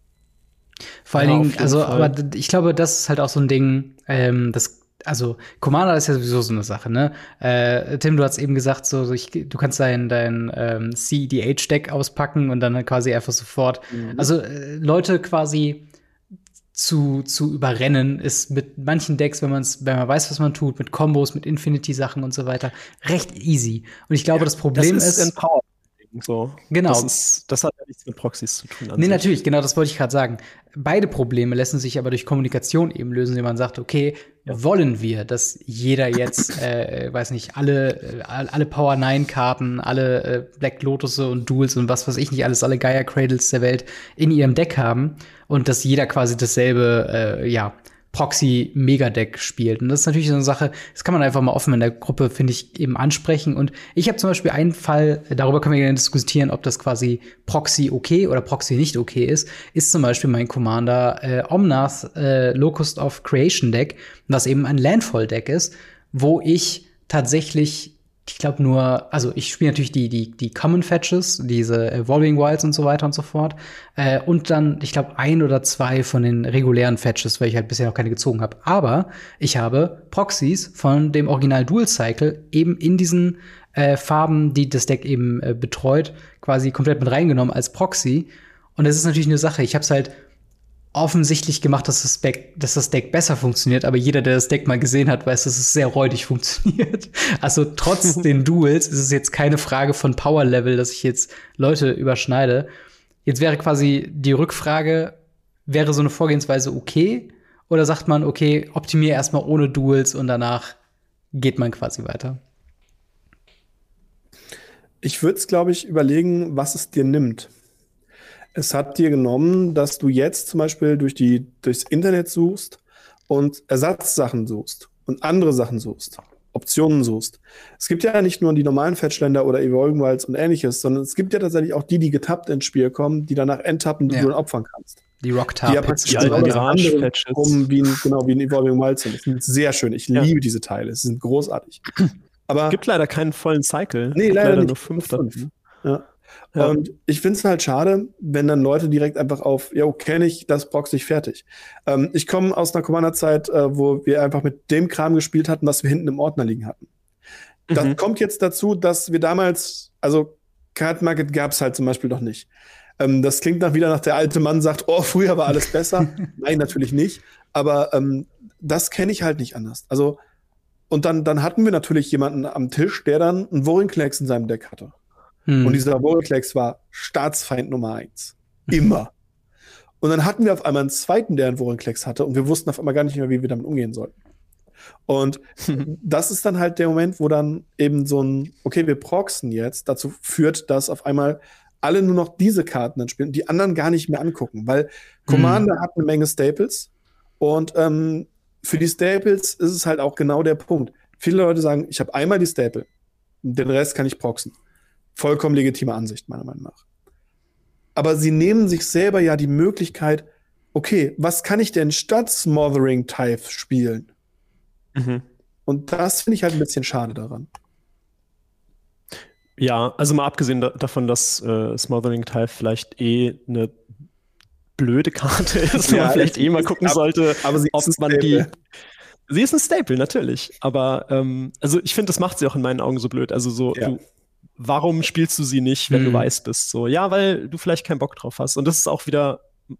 Vor allen Dingen, also, Fall. aber ich glaube, das ist halt auch so ein Ding, ähm, das, also, Commander ist ja sowieso so eine Sache, ne? Äh, Tim, du hast eben gesagt, so, ich, du kannst dein, dein ähm, C D H-Deck auspacken und dann quasi einfach sofort, mhm. also, äh, Leute quasi zu, zu überrennen, ist mit manchen Decks, wenn man's, wenn man weiß, was man tut, mit Kombos, mit Infinity-Sachen und so weiter, recht easy. Und ich glaube, ja, das Problem das ist, ist so. Genau. Das, ist, das hat ja nichts mit Proxys zu tun. Nee, sich. Natürlich, genau, das wollte ich gerade sagen. Beide Probleme lassen sich aber durch Kommunikation eben lösen, indem man sagt, okay, ja. wollen wir, dass jeder jetzt, äh, weiß nicht, alle, äh, alle Power neun Karten, alle äh, Black Lotus und Duels und was weiß ich nicht alles, alle Gaia Cradles der Welt in ihrem Deck haben und dass jeder quasi dasselbe, äh, ja, Proxy-Megadeck spielt. Und das ist natürlich so eine Sache, das kann man einfach mal offen in der Gruppe, finde ich, eben ansprechen. Und ich habe zum Beispiel einen Fall, darüber können wir gerne diskutieren, ob das quasi Proxy okay oder Proxy nicht okay ist, ist zum Beispiel mein Commander äh, Omnath äh, Locust of Creation Deck, was eben ein Landfall-Deck ist, wo ich tatsächlich ich glaube nur, also ich spiele natürlich die, die, die Common Fetches, diese Evolving Wilds und so weiter und so fort. Äh, und dann, ich glaube, ein oder zwei von den regulären Fetches, weil ich halt bisher noch keine gezogen habe. Aber ich habe Proxys von dem Original Dual Cycle eben in diesen äh, Farben, die das Deck eben äh, betreut, quasi komplett mit reingenommen als Proxy. Und das ist natürlich eine Sache. Ich habe es halt offensichtlich gemacht, dass das, Deck, dass das Deck besser funktioniert, aber jeder, der das Deck mal gesehen hat, weiß, dass es sehr räudig funktioniert. Also trotz den Duels ist es jetzt keine Frage von Power-Level, dass ich jetzt Leute überschneide. Jetzt wäre quasi die Rückfrage, wäre so eine Vorgehensweise okay? Oder sagt man, okay, optimiere erstmal ohne Duels und danach geht man quasi weiter? Ich würde es, glaube ich, überlegen, was es dir nimmt. Es hat dir genommen, dass du jetzt zum Beispiel durch die, durchs Internet suchst und Ersatzsachen suchst und andere Sachen suchst, Optionen suchst. Es gibt ja nicht nur die normalen Fetchländer oder Evolving Wilds und ähnliches, sondern es gibt ja tatsächlich auch die, die getappt ins Spiel kommen, die danach enttappen, die ja. du dann opfern kannst. Die Rock-Tap. Die ja praktisch die genau das andere Patches. rum wie ein, genau, wie ein Evolving Wilds sind. Das sind sehr schön. Ich ja. liebe diese Teile. Sie sind großartig. Aber es gibt leider keinen vollen Cycle. Nee, leider, leider nicht. nur fünf. fünf. Ja. Ja. Und ich finde es halt schade, wenn dann Leute direkt einfach auf, ja, kenne ich, das Proxy fertig. Ähm, ich komme aus einer Commander-Zeit, äh, wo wir einfach mit dem Kram gespielt hatten, was wir hinten im Ordner liegen hatten. Mhm. Das kommt jetzt dazu, dass wir damals, also Card Market gab es halt zum Beispiel noch nicht. Ähm, das klingt nach wieder nach der alte Mann sagt, oh, früher war alles besser. Nein, natürlich nicht. Aber ähm, das kenne ich halt nicht anders. Also, und dann, dann hatten wir natürlich jemanden am Tisch, der dann einen Vorinclex in seinem Deck hatte. Hm. Und dieser Vorinclex war Staatsfeind Nummer eins. Immer. Und dann hatten wir auf einmal einen zweiten, der einen Vorinclex hatte und wir wussten auf einmal gar nicht mehr, wie wir damit umgehen sollten. Und das ist dann halt der Moment, wo dann eben so ein, okay, wir proxen jetzt, dazu führt, dass auf einmal alle nur noch diese Karten dann spielen und die anderen gar nicht mehr angucken, weil Commander hm. hat eine Menge Staples und ähm, für die Staples ist es halt auch genau der Punkt. Viele Leute sagen, ich habe einmal die Staple, den Rest kann ich proxen. Vollkommen legitime Ansicht, meiner Meinung nach. Aber sie nehmen sich selber ja die Möglichkeit, okay, was kann ich denn statt Smothering Tithe spielen? Mhm. Und das finde ich halt ein bisschen schade daran. Ja, also mal abgesehen da- davon, dass äh, Smothering Tithe vielleicht eh eine blöde Karte ist, wo Ja, man vielleicht eh mal gucken ab, sollte, aber sie ob ist man die. Sie ist ein Staple, natürlich. Aber ähm, also ich finde, das macht sie auch in meinen Augen so blöd. Also so, ja. du, warum spielst du sie nicht, wenn hm. du weiß bist? So, ja, weil du vielleicht keinen Bock drauf hast. Und das ist auch wieder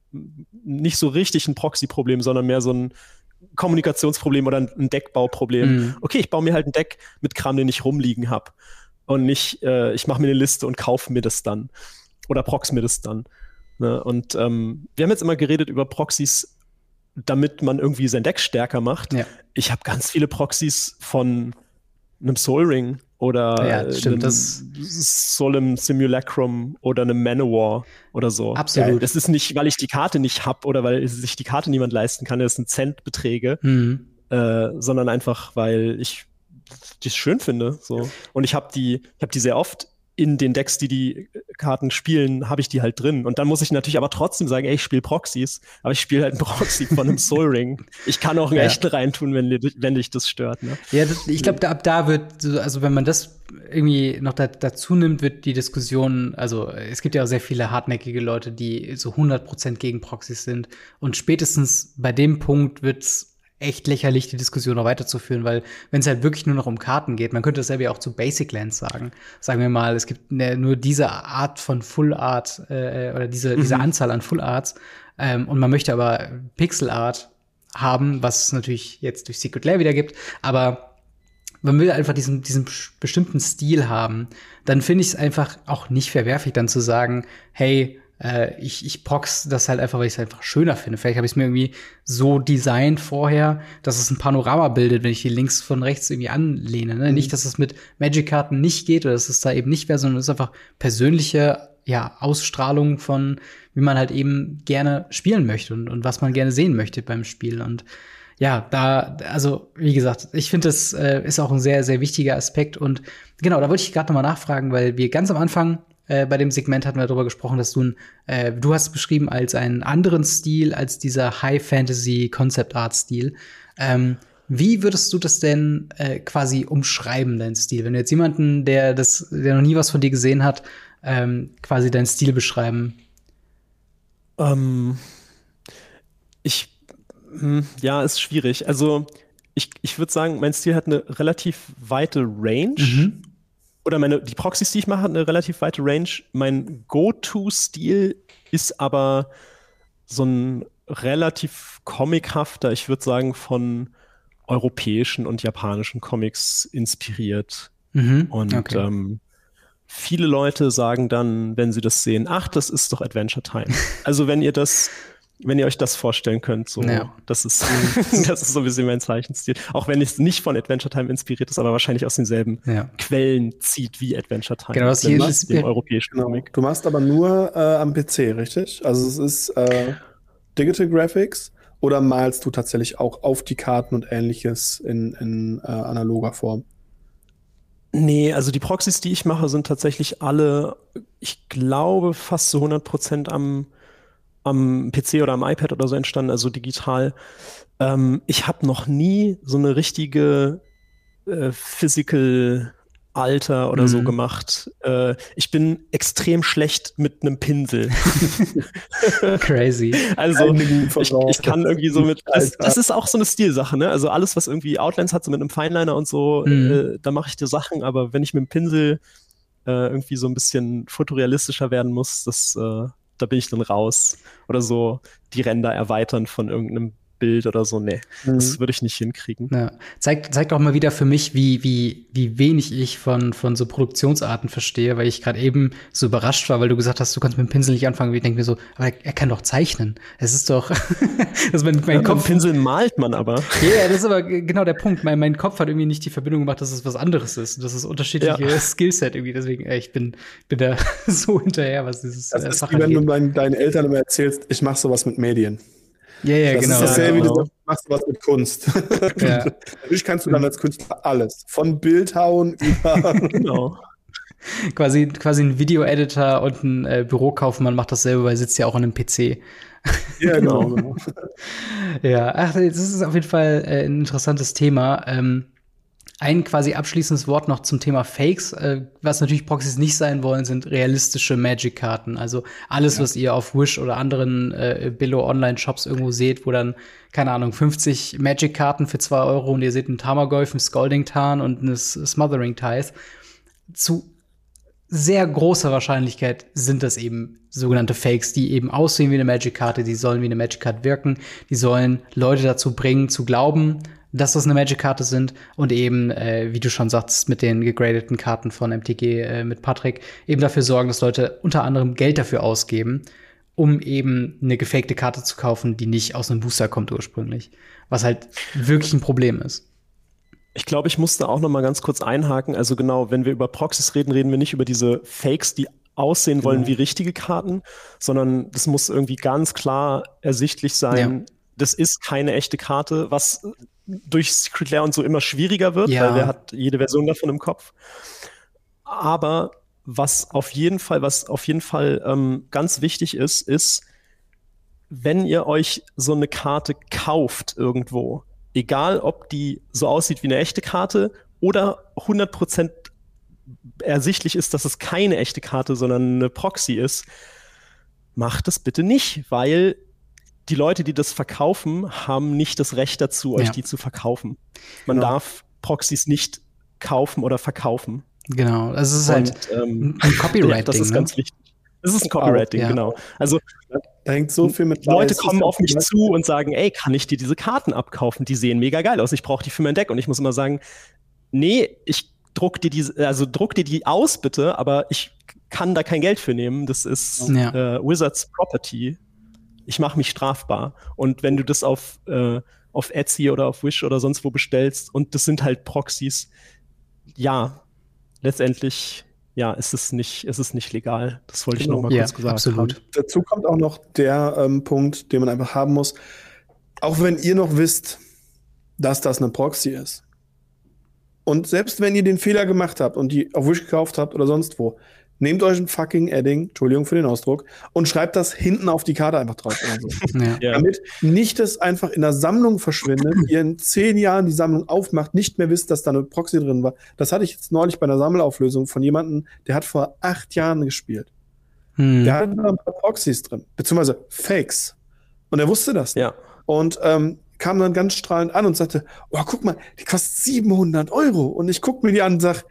nicht so richtig ein Proxy-Problem, sondern mehr so ein Kommunikationsproblem oder ein Deckbauproblem. Hm. Okay, ich baue mir halt ein Deck mit Kram, den ich rumliegen habe. Und nicht, äh, ich mache mir eine Liste und kaufe mir das dann. Oder prox mir das dann. Ne? Und ähm, wir haben jetzt immer geredet über Proxys, damit man irgendwie sein Deck stärker macht. Ja. Ich habe ganz viele Proxys von einem Sol Ring oder ja, stimmt, einem das Solemn Simulacrum oder einem Manowar oder so. Absolut. Das ist nicht, weil ich die Karte nicht habe oder weil sich die Karte niemand leisten kann, das sind Centbeträge, mhm. äh, sondern einfach, weil ich das schön finde. So. Und ich habe die, ich habe die sehr oft in den Decks, die die Karten spielen, habe ich die halt drin. Und dann muss ich natürlich aber trotzdem sagen, ey, ich spiele Proxys, aber ich spiele halt einen Proxy von einem Sol Ring. Ich kann auch einen ja. echten reintun, wenn, wenn dich das stört. Ne? Ja, das, ich glaube, da, ab da wird, also wenn man das irgendwie noch da, dazu nimmt, wird die Diskussion, also es gibt ja auch sehr viele hartnäckige Leute, die so hundert Prozent gegen Proxys sind. Und spätestens bei dem Punkt wird's echt lächerlich, die Diskussion noch weiterzuführen, weil wenn es halt wirklich nur noch um Karten geht, man könnte das selber ja auch zu Basic Lands sagen. Sagen wir mal, es gibt ne, nur diese Art von Full Art äh, oder diese, mhm. diese Anzahl an Full Arts ähm, und man möchte aber Pixel Art haben, was es natürlich jetzt durch Secret Lair wieder gibt, aber man will einfach diesen, diesen bestimmten Stil haben, dann finde ich es einfach auch nicht verwerflich, dann zu sagen, hey, Ich, ich prox das halt einfach, weil ich es einfach schöner finde. Vielleicht habe ich es mir irgendwie so designt vorher, dass es ein Panorama bildet, wenn ich die links von rechts irgendwie anlehne. Ne? Mhm. Nicht, dass es mit Magic-Karten nicht geht oder dass es da eben nicht wäre, sondern es ist einfach persönliche ja, Ausstrahlung von, wie man halt eben gerne spielen möchte und, und was man gerne sehen möchte beim Spiel. Und ja, da, also wie gesagt, ich finde, das äh, ist auch ein sehr, sehr wichtiger Aspekt. Und genau, da wollte ich gerade noch mal nachfragen, weil wir ganz am Anfang Äh, bei dem Segment hatten wir darüber gesprochen, dass du, äh, du hast es beschrieben als einen anderen Stil, als dieser High-Fantasy-Concept-Art-Stil. Ähm, Wie würdest du das denn äh, quasi umschreiben, deinen Stil? Wenn du jetzt jemanden, der das, der noch nie was von dir gesehen hat, ähm, quasi deinen Stil beschreiben? Ähm, ich, hm, ja, ist schwierig. Also ich, ich würde sagen, mein Stil hat eine relativ weite Range. Mhm. Oder meine, die Proxys, die ich mache, hat eine relativ weite Range. Mein Go-To-Stil ist aber so ein relativ comichafter, ich würde sagen, von europäischen und japanischen Comics inspiriert. Mhm. Und Okay. ähm, viele Leute sagen dann, wenn sie das sehen, ach, das ist doch Adventure Time. Also wenn ihr das, wenn ihr euch das vorstellen könnt, so, Ja. das ist, das ist so ein bisschen mein Zeichenstil. Auch wenn es nicht von Adventure Time inspiriert ist, aber wahrscheinlich aus denselben Ja. Quellen zieht wie Adventure Time. Genau, das hier nämlich ist- dem europäischen Genau. Comic. Du machst aber nur äh, am P C, richtig? Also es ist äh, Digital Graphics oder malst du tatsächlich auch auf die Karten und ähnliches in, in äh, analoger Form? Nee, also die Proxys, die ich mache, sind tatsächlich alle, ich glaube, fast zu hundert Prozent am, am P C oder am iPad oder so entstanden, also digital. Ähm, ich habe noch nie so eine richtige äh, Physical Alter oder so Mhm. gemacht. Äh, ich bin extrem schlecht mit einem Pinsel. Crazy. Also Keine guten ich, Voraussetzungen. ich kann irgendwie so mit, das, Alter. das ist auch so eine Stilsache, ne? Also alles, was irgendwie Outlines hat, so mit einem Fineliner und so, Mhm. äh, da mache ich dir Sachen, aber wenn ich mit dem Pinsel äh, irgendwie so ein bisschen fotorealistischer werden muss, das, äh, da bin ich dann raus. Oder so die Ränder erweitern von irgendeinem Bild oder so, nee, das Mhm. würde ich nicht hinkriegen. Ja. Zeigt zeigt auch mal wieder für mich, wie, wie, wie wenig ich von, von so Produktionsarten verstehe, weil ich gerade eben so überrascht war, weil du gesagt hast, du kannst mit dem Pinsel nicht anfangen. Ich denke mir so, aber er, er kann doch zeichnen. Es ist doch, dass mein, mein Ja, mit dem Kopf. Pinsel malt man aber. Ja, ja, das ist aber g- genau der Punkt. Mein, mein Kopf hat irgendwie nicht die Verbindung gemacht, dass es was anderes ist. Und das ist unterschiedliche Ja. Skillset irgendwie. Deswegen, äh, ich bin, bin da so hinterher, was dieses Das äh, ist Fach wie wenn du angeht. deinen, deinen Eltern immer erzählst, ich mache sowas mit Medien. Ja, ja, Das genau. ist dasselbe, wie genau. du sagst, du machst was mit Kunst. Ja. Natürlich kannst du dann als Künstler alles. Von Bildhauen über. Genau. Quasi, quasi ein Video-Editor und ein äh, Bürokaufmann macht dasselbe, weil er sitzt ja auch an einem P C. Ja, genau. genau. Ja, ach, das ist auf jeden Fall äh, ein interessantes Thema. Ähm, ein quasi abschließendes Wort noch zum Thema Fakes. Äh, was natürlich Proxys nicht sein wollen, sind realistische Magic-Karten. Also alles, Ja. was ihr auf Wish oder anderen äh, Billo-Online-Shops irgendwo seht, wo dann, keine Ahnung, fünfzig Magic-Karten für zwei Euro und ihr seht einen Tamagolf, einen Scalding-Tarn und eine S- Smothering-Tithe. Zu sehr großer Wahrscheinlichkeit sind das eben sogenannte Fakes, die eben aussehen wie eine Magic-Karte, die sollen wie eine Magic-Card wirken, die sollen Leute dazu bringen, zu glauben, dass das eine Magic-Karte sind und eben, äh, wie du schon sagst, mit den gegradeten Karten von M T G äh, mit Patrick, eben dafür sorgen, dass Leute unter anderem Geld dafür ausgeben, um eben eine gefakte Karte zu kaufen, die nicht aus einem Booster kommt ursprünglich. Was halt wirklich ein Problem ist. Ich glaube, ich musste auch noch mal ganz kurz einhaken. Also genau, wenn wir über Proxys reden, reden wir nicht über diese Fakes, die aussehen wollen Genau. wie richtige Karten, sondern das muss irgendwie ganz klar ersichtlich sein, Ja. das ist keine echte Karte, was durch Secret Lair und so immer schwieriger wird, Ja. weil wer hat jede Version davon im Kopf. Aber was auf jeden Fall, was auf jeden Fall ähm, ganz wichtig ist, ist, wenn ihr euch so eine Karte kauft irgendwo, egal ob die so aussieht wie eine echte Karte oder hundert Prozent ersichtlich ist, dass es keine echte Karte, sondern eine Proxy ist, macht es bitte nicht, weil die Leute, die das verkaufen, haben nicht das Recht dazu, euch Ja. die zu verkaufen. Man Genau. darf Proxys nicht kaufen oder verkaufen. Genau. Also es ist halt Und, ähm, ein Copyright-Ding. ja, das ist ne? ganz wichtig. Das ist ein Copyright-Ding, ja. genau. Also Da hängt so viel mit die Leute bei. Es ist kommen ja auf mich zum zu und sagen, ey, kann ich dir diese Karten abkaufen? Die sehen mega geil aus. Ich brauche die für mein Deck. Und ich muss immer sagen, nee, ich druck dir die, also druck dir die aus, bitte, aber ich kann da kein Geld für nehmen. Das ist Ja. äh, Wizards Property. Ich mache mich strafbar. Und wenn du das auf, äh, auf Etsy oder auf Wish oder sonst wo bestellst und das sind halt Proxys, ja, letztendlich, ja, ist es nicht, ist es nicht legal. Das wollte ich Genau. noch mal Ja, kurz gesagt absolut. haben. Dazu kommt auch noch der ähm, Punkt, den man einfach haben muss. Auch wenn ihr noch wisst, dass das eine Proxy ist. Und selbst wenn ihr den Fehler gemacht habt und die auf Wish gekauft habt oder sonst wo, nehmt euch ein fucking Edding, Entschuldigung für den Ausdruck, und schreibt das hinten auf die Karte einfach drauf. Oder so. Ja. Ja. Damit nicht das einfach in der Sammlung verschwindet, ihr in zehn Jahren die Sammlung aufmacht, nicht mehr wisst, dass da eine Proxy drin war. Das hatte ich jetzt neulich bei einer Sammelauflösung von jemandem, der hat vor acht Jahren gespielt. Hm. Der hatte da ein paar Proxys drin, beziehungsweise Fakes. Und er wusste das nicht. Ja. Und ähm, kam dann ganz strahlend an und sagte, oh, guck mal, die kostet siebenhundert Euro. Und ich guck mir die an und sag,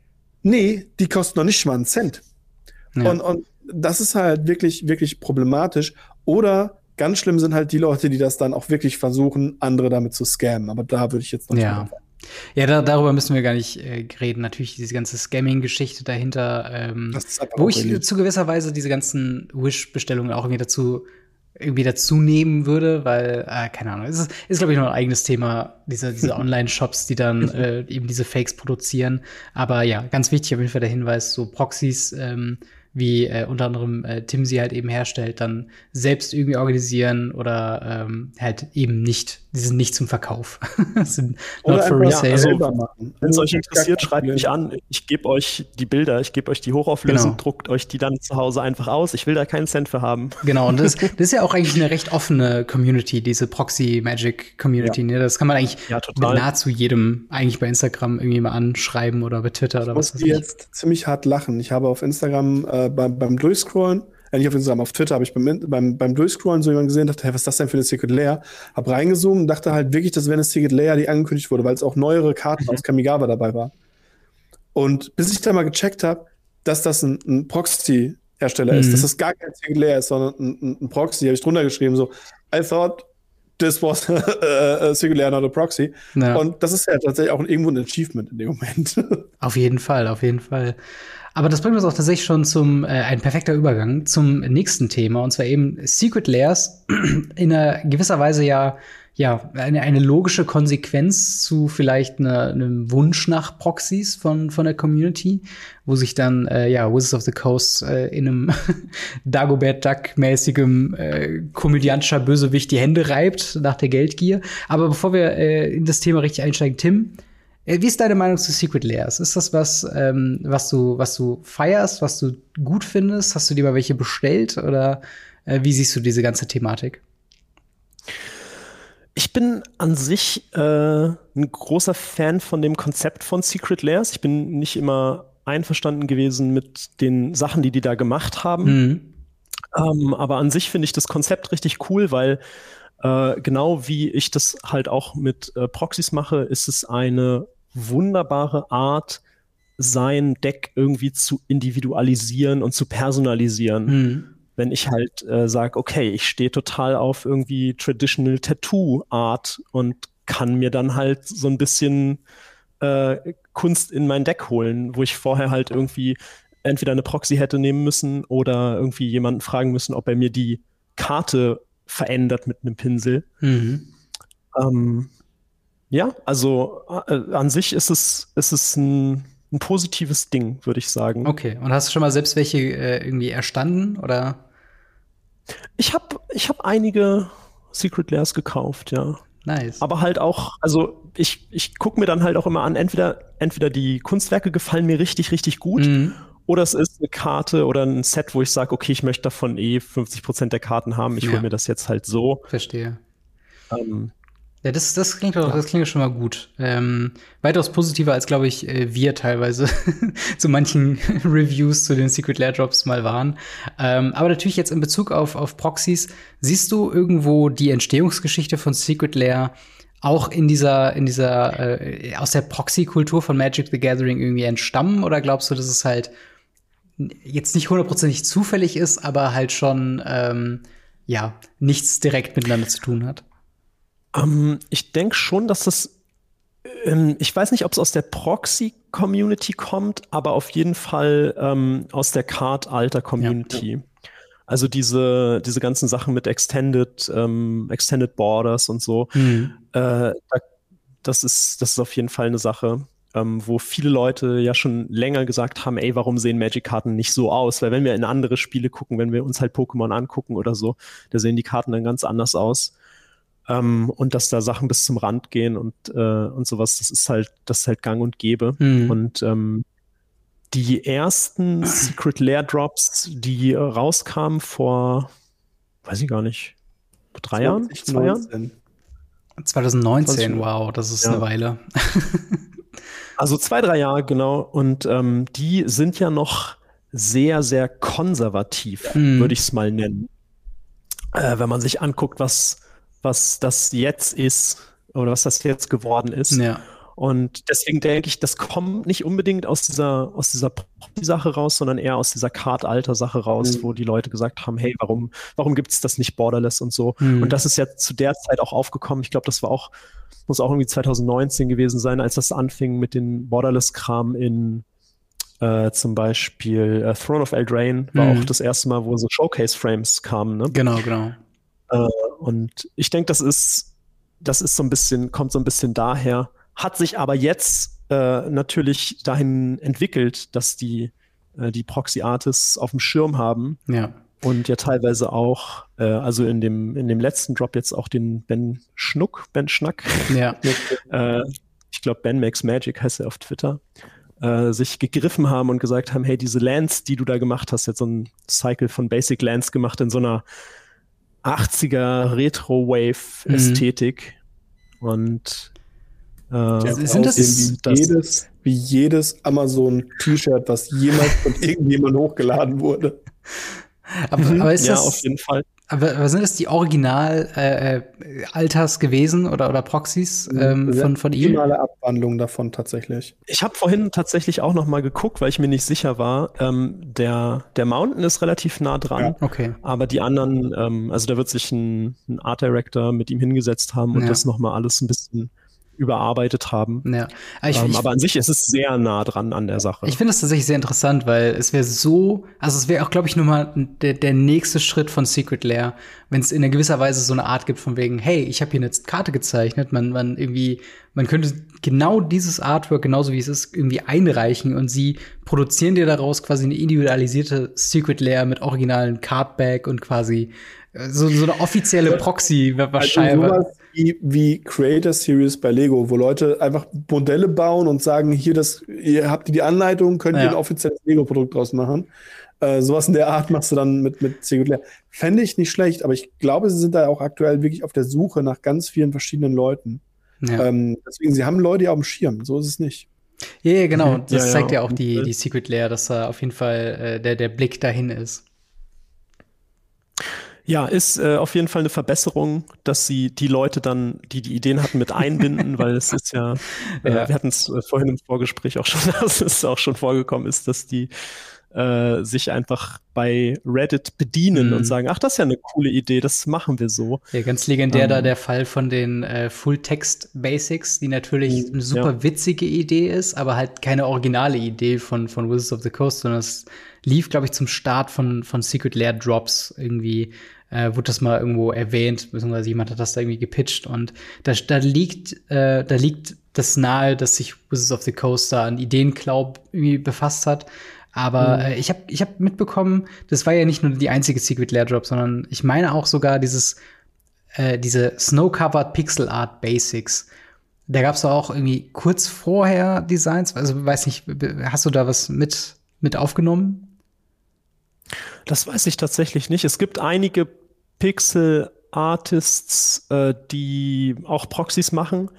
nee, die kostet noch nicht mal einen Cent. Ja. Und, und das ist halt wirklich, wirklich problematisch. Oder ganz schlimm sind halt die Leute, die das dann auch wirklich versuchen, andere damit zu scammen. Aber da würde ich jetzt noch Ja. Ja, da, darüber müssen wir gar nicht äh, reden. Natürlich diese ganze Scamming-Geschichte dahinter, ähm, Das ist einfach wo auch ich really- zu gewisser Weise diese ganzen Wish-Bestellungen auch irgendwie dazu irgendwie dazu nehmen würde, weil, äh, keine Ahnung, es ist, ist glaube ich, noch ein eigenes Thema, diese, diese Online-Shops, die dann äh, eben diese Fakes produzieren. Aber ja, ganz wichtig auf jeden Fall der Hinweis, so Proxys, ähm, wie äh, unter anderem äh, Tim sie halt eben herstellt, dann selbst irgendwie organisieren oder ähm, halt eben nicht, die sind nicht zum Verkauf. sind Oder not for einfach resale. also, selber machen. Wenn es euch Gar interessiert, kein schreibt Problem. mich an. Ich gebe euch die Bilder, ich gebe euch die hochauflösend, Genau. druckt euch die dann zu Hause einfach aus. Ich will da keinen Cent für haben. Genau, und das, das ist ja auch eigentlich eine recht offene Community, diese Proxy-Magic-Community. Ne? Das kann man eigentlich Ja, mit total. nahezu jedem eigentlich bei Instagram irgendwie mal anschreiben oder bei Twitter oder Ich was weiß musste ich. jetzt ziemlich hart lachen. Ich habe auf Instagram äh, beim, beim Durchscrollen, äh, nicht auf Instagram, auf Twitter habe ich beim, beim, beim Durchscrollen so jemanden gesehen, dachte, hey, was ist das denn für eine Secret Lair? Hab reingezoomt und dachte halt wirklich, das wäre eine Secret Lair, die angekündigt wurde, weil es auch neuere Karten aus Kamigawa dabei war. Und bis ich dann mal gecheckt habe, dass das ein, ein Proxy-Hersteller ist, Mhm. dass das gar kein Secret Lair ist, sondern ein, ein, ein Proxy, habe ich drunter geschrieben, so, I thought this was a Secret Lair, not a Proxy. Ja. Und das ist ja tatsächlich auch irgendwo ein Achievement in dem Moment. Auf jeden Fall, auf jeden Fall. Aber das bringt uns auch tatsächlich schon zum äh, ein perfekter Übergang zum nächsten Thema, und zwar eben Secret Lairs in einer gewisser Weise ja ja eine, eine logische Konsequenz zu vielleicht eine, einem Wunsch nach Proxys von von der Community, wo sich dann äh, ja Wizards of the Coast äh, in einem Dagobert Duck mäßigem äh, komödiantischer Bösewicht die Hände reibt nach der Geldgier. Aber bevor wir äh, in das Thema richtig einsteigen, Tim, Äh, Wie ist deine Meinung zu Secret Lairs? Ist das was, ähm, was du, was du feierst, was du gut findest? Hast du dir mal welche bestellt oder äh, wie siehst du diese ganze Thematik? Ich bin an sich äh, ein großer Fan von dem Konzept von Secret Lairs. Ich bin nicht immer einverstanden gewesen mit den Sachen, die die da gemacht haben. Mhm. Ähm, aber an sich finde ich das Konzept richtig cool, weil äh, genau wie ich das halt auch mit äh, Proxys mache, ist es eine wunderbare Art, sein Deck irgendwie zu individualisieren und zu personalisieren. Mhm. Wenn ich halt äh, sage, okay, ich stehe total auf irgendwie Traditional Tattoo Art und kann mir dann halt so ein bisschen äh, Kunst in mein Deck holen, wo ich vorher halt irgendwie entweder eine Proxy hätte nehmen müssen oder irgendwie jemanden fragen müssen, ob er mir die Karte verändert mit einem Pinsel. Mhm. Ähm, ja, also äh, an sich ist es, ist es ein, ein positives Ding, würde ich sagen. Okay. Und hast du schon mal selbst welche äh, irgendwie erstanden oder? Ich habe ich hab einige Secret Lairs gekauft, ja. Nice. Aber halt auch, also ich, ich gucke mir dann halt auch immer an, entweder, entweder die Kunstwerke gefallen mir richtig, richtig gut, Mhm. oder es ist eine Karte oder ein Set, wo ich sage, okay, ich möchte davon eh fünfzig Prozent der Karten haben, ich Ja. hole mir das jetzt halt so. Verstehe. Ähm, Ja, das, das klingt doch, das klingt schon mal gut. Ähm, weitaus positiver als, glaube ich, äh, wir teilweise zu manchen Reviews zu den Secret Lair Drops mal waren. Ähm, aber natürlich jetzt in Bezug auf, auf Proxys, siehst du irgendwo die Entstehungsgeschichte von Secret Lair auch in dieser, in dieser, äh, aus der Proxy-Kultur von Magic the Gathering irgendwie entstammen? Oder glaubst du, dass es halt jetzt nicht hundertprozentig zufällig ist, aber halt schon, ähm, ja, nichts direkt miteinander zu tun hat? Ähm, ich denke schon, dass das, ähm, ich weiß nicht, ob es aus der Proxy-Community kommt, aber auf jeden Fall ähm, aus der Card-Alter-Community. Ja, Also diese, diese ganzen Sachen mit Extended, ähm, Extended Borders und so. Mhm. Äh, da, das ist, das ist auf jeden Fall eine Sache, ähm, wo viele Leute ja schon länger gesagt haben, ey, warum sehen Magic-Karten nicht so aus? Weil wenn wir in andere Spiele gucken, wenn wir uns halt Pokémon angucken oder so, da sehen die Karten dann ganz anders aus. Ähm, und dass da Sachen bis zum Rand gehen und, äh, und sowas, das ist halt, das ist halt gang und gäbe. Mhm. Und ähm, die ersten Secret Lair Drops, die rauskamen vor, weiß ich gar nicht, drei Jahren? Zwei Jahren? zwanzig neunzehn, wow, das ist ja eine Weile. Also zwei, drei Jahre, genau. Und ähm, die sind ja noch sehr, sehr konservativ, mhm. würde ich es mal nennen. Äh, wenn man sich anguckt, was, was das jetzt ist oder was das jetzt geworden ist. Ja. Und deswegen denke ich, das kommt nicht unbedingt aus dieser, aus dieser Sache raus, sondern eher aus dieser Card-Alter-Sache raus, mhm. wo die Leute gesagt haben, hey, warum, warum gibt es das nicht Borderless und so. Mhm. Und das ist ja zu der Zeit auch aufgekommen. Ich glaube, das war auch, muss auch irgendwie zwanzig neunzehn gewesen sein, als das anfing mit den Borderless-Kram in äh, zum Beispiel äh, Throne of Eldraine, war mhm. auch das erste Mal, wo so Showcase-Frames kamen. Ne? Genau, genau. Äh, und ich denke, das ist, das ist so ein bisschen, kommt so ein bisschen daher, hat sich aber jetzt äh, natürlich dahin entwickelt, dass die, äh, die Proxy-Artists auf dem Schirm haben. Ja. Und ja teilweise auch, äh, also in dem, in dem letzten Drop jetzt auch den Ben Schnuck, Ben Schnack. Ja. äh, ich glaube, Ben Makes Magic heißt er auf Twitter, äh, sich gegriffen haben und gesagt haben, hey, diese Lands, die du da gemacht hast, jetzt so ein Cycle von Basic Lands gemacht in so einer achtziger Retro-Wave-Ästhetik. Mhm. Und Äh, sind das, wie, das jedes, wie jedes Amazon-T-Shirt, was jemals von irgendjemandem hochgeladen wurde. Aber, aber ist ja, das, auf jeden Fall. Aber, aber sind das die Original-Alters äh, gewesen oder, oder Proxys ähm, von, von ihm? Optimale Abwandlung davon tatsächlich. Ich habe vorhin tatsächlich auch noch mal geguckt, weil ich mir nicht sicher war. Ähm, der, der Mountain ist relativ nah dran. Ja, okay. Aber die anderen, ähm, also da wird sich ein, ein Art Director mit ihm hingesetzt haben und ja. das noch mal alles ein bisschen überarbeitet haben. Ja. Aber, ich, ähm, ich, aber an sich ist es sehr nah dran an der Sache. Ich finde das tatsächlich sehr interessant, weil es wäre so, also es wäre auch, glaube ich, nur mal der, der nächste Schritt von Secret Lair, wenn es in einer gewisser Weise so eine Art gibt von wegen, hey, ich habe hier eine Karte gezeichnet, man, man irgendwie, man könnte genau dieses Artwork, genauso wie es ist, irgendwie einreichen und sie produzieren dir daraus quasi eine individualisierte Secret Lair mit originalen Cardback und quasi so, so eine offizielle Proxy wahrscheinlich. Also sowas wie, wie Creator Series bei Lego, wo Leute einfach Modelle bauen und sagen, hier, das, ihr habt die Anleitung, könnt ihr ja. ein offizielles Lego-Produkt draus machen. Äh, sowas in der Art machst du dann mit, mit Secret Lair. Fände ich nicht schlecht, aber ich glaube, sie sind da auch aktuell wirklich auf der Suche nach ganz vielen verschiedenen Leuten. Ja. Ähm, deswegen, sie haben Leute ja auf dem Schirm, so ist es nicht. Ja, ja genau. Das ja, zeigt ja, ja auch die, die Secret Lair, dass da auf jeden Fall äh, der, der Blick dahin ist. Ja, ist äh, auf jeden Fall eine Verbesserung, dass sie die Leute dann, die die Ideen hatten, mit einbinden, weil es ist ja, äh, ja. wir hatten es äh, vorhin im Vorgespräch auch schon, dass es auch schon vorgekommen ist, dass die äh, sich einfach bei Reddit bedienen mhm. und sagen, ach, das ist ja eine coole Idee, das machen wir so. Ja, ganz legendär ähm, da der Fall von den äh, Full-Text-Basics, die natürlich eine super ja. witzige Idee ist, aber halt keine originale Idee von, von Wizards of the Coast, sondern es lief, glaube ich, zum Start von, von Secret Lair Drops irgendwie. Äh, wurde das mal irgendwo erwähnt, beziehungsweise jemand hat das da irgendwie gepitcht und da, da liegt äh, da liegt das nahe, dass sich Wizards of the Coast da an Ideenklau irgendwie befasst hat. Aber mhm. äh, ich habe ich hab mitbekommen, das war ja nicht nur die einzige Secret Lair Drop, sondern ich meine auch sogar dieses äh, diese Snow-Covered Pixel Art Basics. Da gab's doch auch irgendwie kurz vorher Designs, also weiß nicht, hast du da was mit mit aufgenommen? Das weiß ich tatsächlich nicht. Es gibt einige Pixel-Artists, äh, die auch Proxys machen.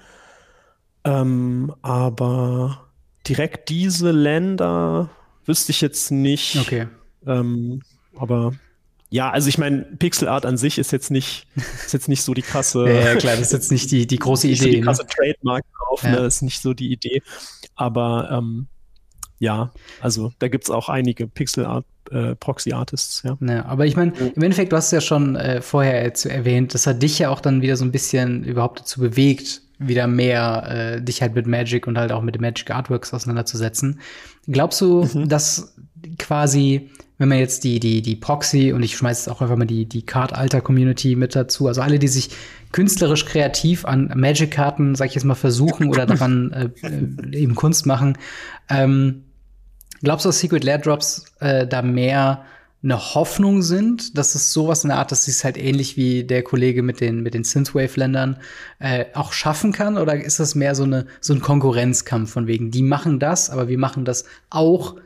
Ähm, aber direkt diese Länder wüsste ich jetzt nicht. Okay. Ähm, aber ja, also ich meine, Pixel-Art an sich ist jetzt nicht, ist jetzt nicht so die krasse. ja, ja, klar, das ist jetzt nicht die, die große Idee. So die krasse ne? Trademark drauf, ja. ne? Das ist nicht so die Idee. Aber ähm, ja, also da gibt's auch einige Pixel-Art äh, Proxy-Artists, ja. ja. Aber ich meine, im Endeffekt, du hast es ja schon äh, vorher jetzt erwähnt, das hat dich ja auch dann wieder so ein bisschen überhaupt dazu bewegt, wieder mehr äh, dich halt mit Magic und halt auch mit den Magic Artworks auseinanderzusetzen. Glaubst du, mhm. dass quasi, wenn man jetzt die die die Proxy und ich schmeiß jetzt auch einfach mal die die Card-Alter-Community mit dazu, also alle, die sich künstlerisch kreativ an Magic-Karten, sag ich jetzt mal, versuchen oder daran äh, eben Kunst machen, ähm, glaubst du, dass Secret Lair Drops äh, da mehr eine Hoffnung sind, dass es sowas in der Art, dass sie es halt ähnlich wie der Kollege mit den mit den Synthwave-Ländern äh, auch schaffen kann? Oder ist das mehr so eine so ein Konkurrenzkampf von wegen, die machen das, aber wir machen das auch,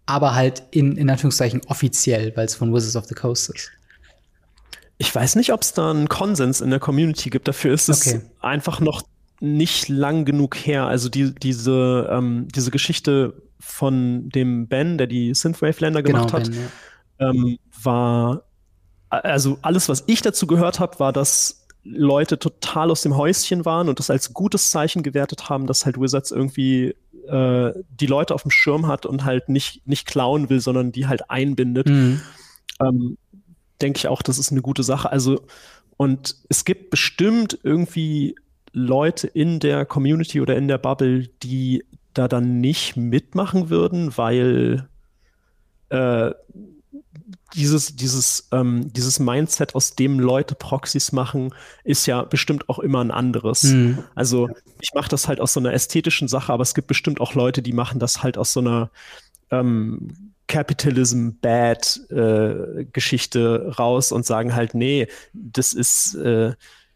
aber halt in, in Anführungszeichen offiziell, weil es von Wizards of the Coast ist. Ich weiß nicht, ob es da einen Konsens in der Community gibt. Dafür ist es Okay. einfach noch nicht lang genug her. Also die, diese, ähm, diese Geschichte von dem Ben, der die Synthwave-Länder gemacht Genau, hat, Ben, ja. ähm, war, also alles, was ich dazu gehört habe, war, dass Leute total aus dem Häuschen waren und das als gutes Zeichen gewertet haben, dass halt Wizards irgendwie äh, die Leute auf dem Schirm hat und halt nicht, nicht klauen will, sondern die halt einbindet. Mhm. Ähm, denke ich auch, das ist eine gute Sache. Also, und es gibt bestimmt irgendwie Leute in der Community oder in der Bubble, die da dann nicht mitmachen würden, weil äh, dieses, dieses, ähm, dieses Mindset, aus dem Leute Proxys machen, ist ja bestimmt auch immer ein anderes. Mhm. Also ich mache das halt aus so einer ästhetischen Sache, aber es gibt bestimmt auch Leute, die machen das halt aus so einer ähm, Capitalism Bad äh, Geschichte raus und sagen halt, nee, das ist äh,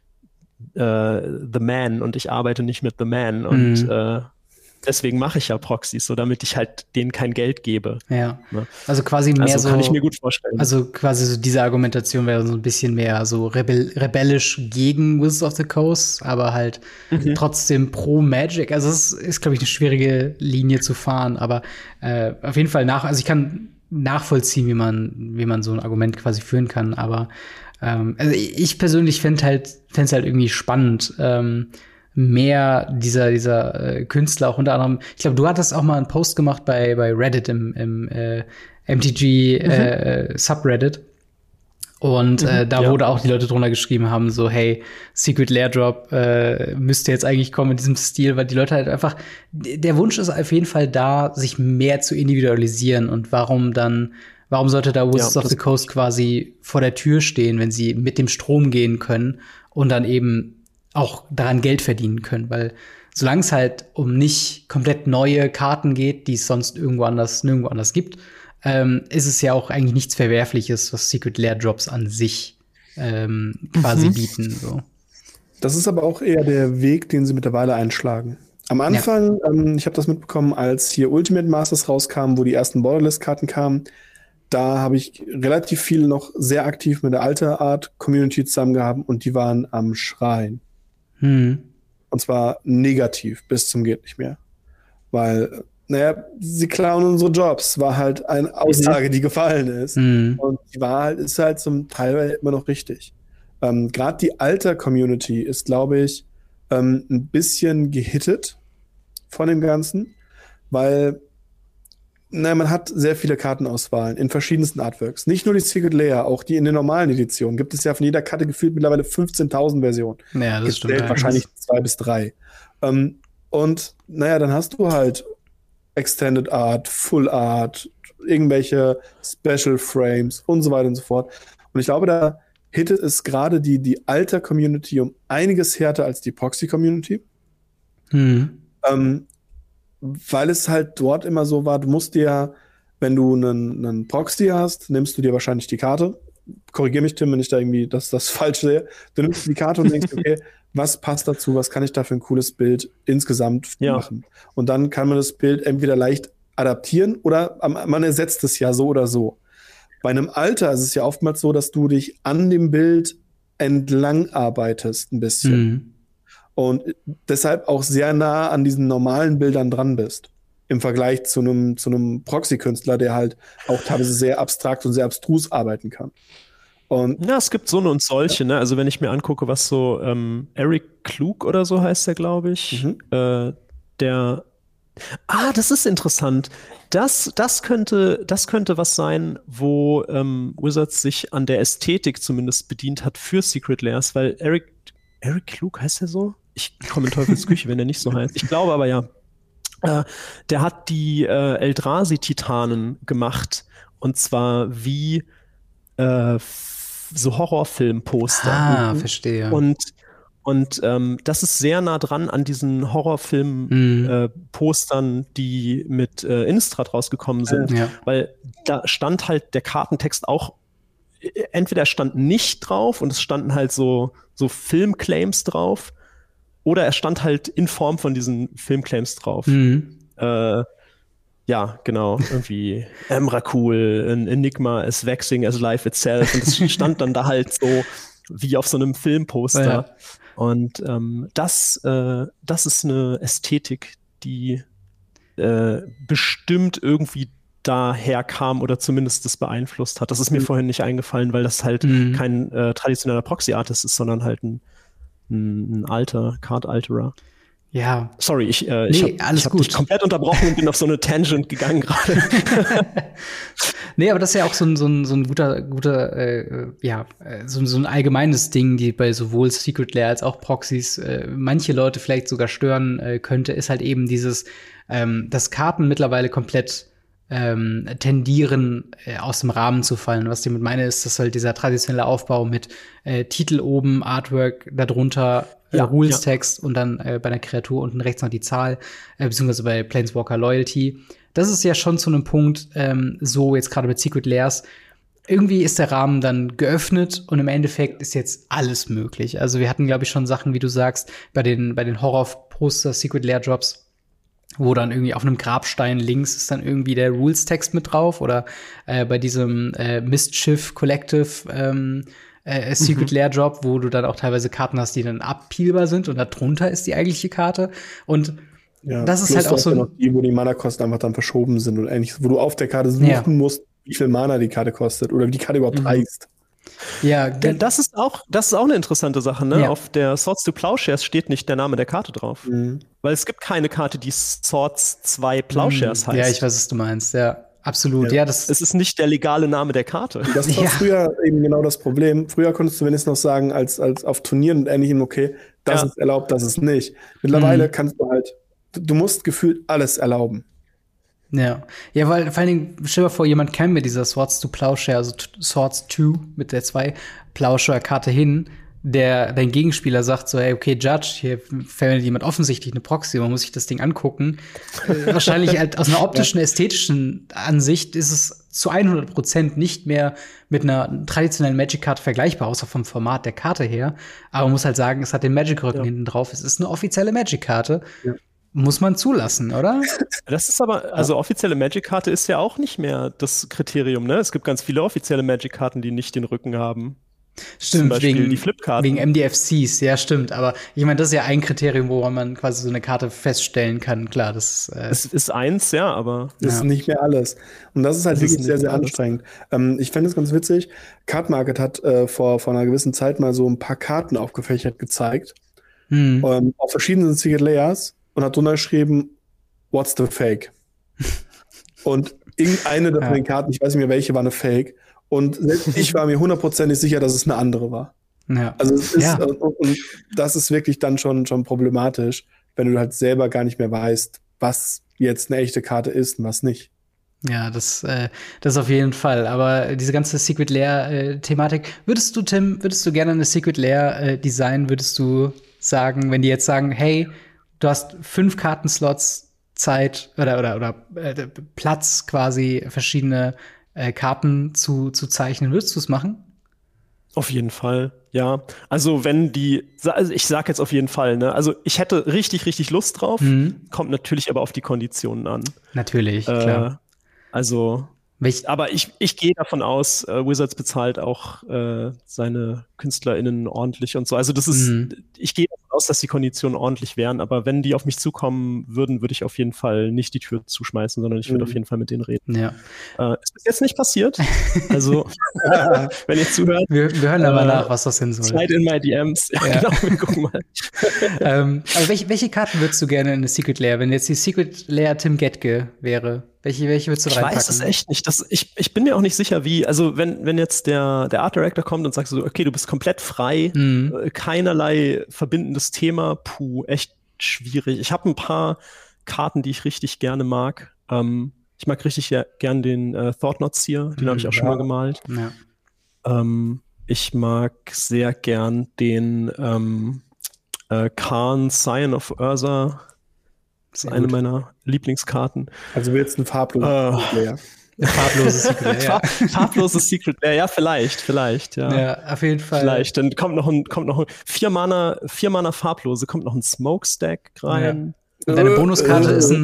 äh, The Man und ich arbeite nicht mit The Man und Mhm. äh, deswegen mache ich ja Proxys, so damit ich halt denen kein Geld gebe. Ja. Ne? Also quasi mehr Also so. kann ich mir gut vorstellen. Also quasi so diese Argumentation wäre so ein bisschen mehr so rebell rebellisch gegen Wizards of the Coast, aber halt Mhm. trotzdem pro Magic. Also es ist, glaube ich, eine schwierige Linie zu fahren, aber äh, auf jeden Fall nach, also ich kann nachvollziehen, wie man, wie man so ein Argument quasi führen kann, aber ähm, also ich persönlich fände halt, fände es halt irgendwie spannend, ähm, mehr dieser, dieser äh, Künstler auch unter anderem. Ich glaube, du hattest auch mal einen Post gemacht bei, bei Reddit im, im äh, M T G Mhm. äh, Subreddit. Und äh, Mhm, da ja. wurde auch die Leute drunter geschrieben haben, so, hey, Secret Lair Drop äh, müsste jetzt eigentlich kommen in diesem Stil, weil die Leute halt einfach, der Wunsch ist auf jeden Fall da, sich mehr zu individualisieren. Und warum dann, warum sollte da Wizards Ja, of das- the Coast quasi vor der Tür stehen, wenn sie mit dem Strom gehen können und dann eben auch daran Geld verdienen können? Weil solange es halt um nicht komplett neue Karten geht, die es sonst irgendwo anders, nirgendwo anders gibt, ähm, ist es ja auch eigentlich nichts Verwerfliches, was Secret Lair Drops an sich ähm, quasi Mhm. bieten. So. Das ist aber auch eher der Weg, den sie mittlerweile einschlagen. Am Anfang, ähm, ich habe das mitbekommen, als hier Ultimate Masters rauskam, wo die ersten Borderless-Karten kamen, da habe ich relativ viel noch sehr aktiv mit der alten Art Community zusammengehabt und die waren am Schreien. Hm. Und zwar negativ bis zum geht nicht mehr. Weil, naja, sie klauen unsere Jobs, war halt eine Aussage, die gefallen ist. Hm. Und die war halt, ist halt zum Teil immer noch richtig. Ähm, Gerade die alte Community ist, glaube ich, ähm, ein bisschen gehittet von dem Ganzen, weil na, man hat sehr viele Kartenauswahlen in verschiedensten Artworks. Nicht nur die Secret Lair, auch die in den normalen Editionen. Gibt es ja von jeder Karte gefühlt mittlerweile fünfzehntausend Versionen. Ja, das stimmt. Gezählt Ja. wahrscheinlich zwei bis drei. Ähm, und naja, dann hast du halt Extended Art, Full Art, irgendwelche Special Frames und so weiter und so fort. Und ich glaube, da hittet es gerade die, die alte Community um einiges härter als die Proxy-Community. Hm. Ähm, weil es halt dort immer so war, du musst dir, wenn du einen, einen Proxy hast, nimmst du dir wahrscheinlich die Karte. Korrigier mich, Tim, wenn ich da irgendwie das, das falsch sehe. Du nimmst die Karte und denkst, okay, was passt dazu, was kann ich da für ein cooles Bild insgesamt Ja. machen? Und dann kann man das Bild entweder leicht adaptieren oder man ersetzt es ja so oder so. Bei einem Alter ist es ja oftmals so, dass du dich an dem Bild entlang arbeitest ein bisschen. Hm. Und deshalb auch sehr nah an diesen normalen Bildern dran bist. Im Vergleich zu einem, zu einem Proxy-Künstler, der halt auch teilweise sehr abstrakt und sehr abstrus arbeiten kann. Und Ja, es gibt so eine und solche, ne? Also wenn ich mir angucke, was so ähm, Eric Klug oder so heißt der, glaube ich, Mhm. äh, der Ah, das ist interessant. Das, das könnte, das könnte was sein, wo ähm, Wizards sich an der Ästhetik zumindest bedient hat für Secret Lairs, weil Eric, Eric Klug heißt er so? Ich komme in Teufels Küche, wenn er nicht so heißt. Ich glaube aber ja. Äh, der hat die äh, Eldrazi-Titanen gemacht. Und zwar wie äh, f- so Horrorfilm-Poster. Ah, verstehe. Und, und ähm, das ist sehr nah dran an diesen Mhm. Horrorfilm-Postern, die mit äh, Innistrad rausgekommen sind. Ja. Weil da stand halt der Kartentext auch, äh, entweder stand nicht drauf und es standen halt so, so Filmclaims drauf, oder er stand halt in Form von diesen Filmclaims drauf. Hm. Äh, ja, genau, irgendwie Emrakul, ein Enigma is vexing as life itself. Und es stand dann da halt so wie auf so einem Filmposter. Ja. Und ähm, das, äh, das ist eine Ästhetik, die äh, bestimmt irgendwie daher kam oder zumindest das beeinflusst hat. Das ist mir mhm. vorhin nicht eingefallen, weil das halt mhm. kein äh, traditioneller Proxy-Artist ist, sondern halt ein, ein, ein alter Card-Alterer. Ja. Sorry, ich, äh, ich nee, habe hab dich komplett unterbrochen und bin auf so eine Tangent gegangen gerade. Nee, aber das ist ja auch so ein, so ein, so ein guter, guter äh, ja, so, so ein allgemeines Ding, die bei sowohl Secret Lair als auch Proxys äh, manche Leute vielleicht sogar stören äh, könnte, ist halt eben dieses, ähm, dass Karten mittlerweile komplett ähm, tendieren, äh, aus dem Rahmen zu fallen. Was ich damit meine, ist, dass halt dieser traditionelle Aufbau mit äh, Titel oben, Artwork darunter, ja, Rules-Text ja. und dann äh, bei einer Kreatur unten rechts noch die Zahl, äh, beziehungsweise bei Planeswalker Loyalty. Das ist ja schon zu einem Punkt, ähm, so jetzt gerade mit Secret Lairs, irgendwie ist der Rahmen dann geöffnet und im Endeffekt ist jetzt alles möglich. Also wir hatten, glaube ich, schon Sachen, wie du sagst, bei den, bei den Horror-Poster Secret Lair Drops, wo dann irgendwie auf einem Grabstein links ist dann irgendwie der Rules-Text mit drauf oder äh, bei diesem äh, Mischief Collective ähm, Äh, Secret mhm. Lair Drop, wo du dann auch teilweise Karten hast, die dann abpeelbar sind und da drunter ist die eigentliche Karte. Und ja, das ist halt auch so. Noch die, wo die Mana-Kosten einfach dann verschoben sind und ähnliches, wo du auf der Karte suchen ja. musst, wie viel Mana die Karte kostet oder wie die Karte überhaupt mhm. heißt. Ja, das ist auch, das ist auch eine interessante Sache, ne? Ja. Auf der Swords to Plowshares steht nicht der Name der Karte drauf. Mhm. Weil es gibt keine Karte, die Swords zwei Plowshares mhm. heißt. Ja, ich weiß, was du meinst, ja. Absolut, ja. ja das es ist nicht der legale Name der Karte. Das war ja. früher eben genau das Problem. Früher konntest du wenigstens noch sagen, als, als auf Turnieren und Ähnlichem, okay, das ja. ist erlaubt, das ist nicht. Mittlerweile mhm. kannst du halt, du musst gefühlt alles erlauben. Ja, ja, weil vor allen Dingen, stell dir vor, jemand käme mit dieser Swords to Plowshare, also Swords zwei mit der zwei Plowshare-Karte hin, der dein Gegenspieler sagt so, hey, okay, Judge, hier verwendet jemand offensichtlich eine Proxy, man muss sich das Ding angucken. äh, wahrscheinlich halt aus einer optischen, ja. ästhetischen Ansicht ist es zu hundert Prozent nicht mehr mit einer traditionellen Magic-Card vergleichbar, außer vom Format der Karte her. Aber man muss halt sagen, es hat den Magic-Rücken ja. hinten drauf. Es ist eine offizielle Magic-Karte. Ja. Muss man zulassen, oder? Das ist aber, also offizielle Magic-Karte ist ja auch nicht mehr das Kriterium, ne? Es gibt ganz viele offizielle Magic-Karten, die nicht den Rücken haben. Stimmt, wegen, die wegen M D F Cs, ja, stimmt. Aber ich meine, das ist ja ein Kriterium, wo man quasi so eine Karte feststellen kann. Klar, das äh es ist eins, ja, aber das ja. ist nicht mehr alles. Und das ist halt das wirklich ist sehr, sehr anstrengend. Ähm, ich fände es ganz witzig. Card Market hat äh, vor, vor einer gewissen Zeit mal so ein paar Karten aufgefächert gezeigt. Hm. Ähm, auf verschiedenen Secret Layers und hat drunter geschrieben, what's the fake? Und irgendeine ja. von den Karten, ich weiß nicht mehr welche, war eine Fake. Und selbst ich war mir hundertprozentig sicher, dass es eine andere war. Ja. Also es ist, ja. und, und das ist wirklich dann schon, schon problematisch, wenn du halt selber gar nicht mehr weißt, was jetzt eine echte Karte ist und was nicht. Ja, das, äh, das auf jeden Fall. Aber diese ganze Secret Lair-Thematik, äh, würdest du, Tim, würdest du gerne eine Secret Lair äh, designen? Würdest du sagen, wenn die jetzt sagen, hey, du hast fünf Kartenslots Zeit oder, oder, oder äh, Platz quasi, verschiedene Äh, Karten zu, zu zeichnen. Würdest du es machen? Auf jeden Fall, ja. Also wenn die, also ich sag jetzt auf jeden Fall, ne? Also ich hätte richtig, richtig Lust drauf. Mhm. Kommt natürlich aber auf die Konditionen an. Natürlich, äh, klar. Also, Welch? aber ich, ich gehe davon aus, äh, Wizards bezahlt auch äh, seine KünstlerInnen ordentlich und so. Also das ist, mhm. ich gehe davon aus, dass die Konditionen ordentlich wären, aber wenn die auf mich zukommen würden, würde ich auf jeden Fall nicht die Tür zuschmeißen, sondern ich würde mhm. auf jeden Fall mit denen reden. Ja. Äh, ist bis jetzt nicht passiert. Also, wenn ihr zuhört. Wir, wir hören aber äh, nach, was das hin soll. Slide in my D Ms. Ja, ja. Genau, wir gucken mal. ähm, aber welche, welche Karten würdest du gerne in eine Secret Lair, wenn jetzt die Secret Lair Tim Gettke wäre? Welche, welche würdest du ich reinpacken? Ich weiß es echt nicht. Das, ich, ich bin mir auch nicht sicher, wie, also wenn, wenn jetzt der, der Art Director kommt und sagt so, okay, du bist komplett frei, mhm. äh, keinerlei verbindendes Thema, puh, echt schwierig. Ich habe ein paar Karten, die ich richtig gerne mag. Ähm, ich mag richtig ja, gern den äh, Thought-Knot-Seer, den mhm, habe ich auch ja. schon mal gemalt. Ja. Ähm, ich mag sehr gern den ähm, äh, Karn Scion of Urza. Das ist Sehr eine gut. meiner Lieblingskarten. Also willst du ein farbloses uh, Secret Lair? Ein farbloses Secret Lair, ja. Farbloses Secret Lair, ja, vielleicht, vielleicht, ja. Ja, auf jeden Fall. Vielleicht, dann kommt noch ein, kommt noch ein, vier Mana, vier Mana farblose, kommt noch ein Smokestack rein. Ja. Und deine Bonuskarte äh, ist ein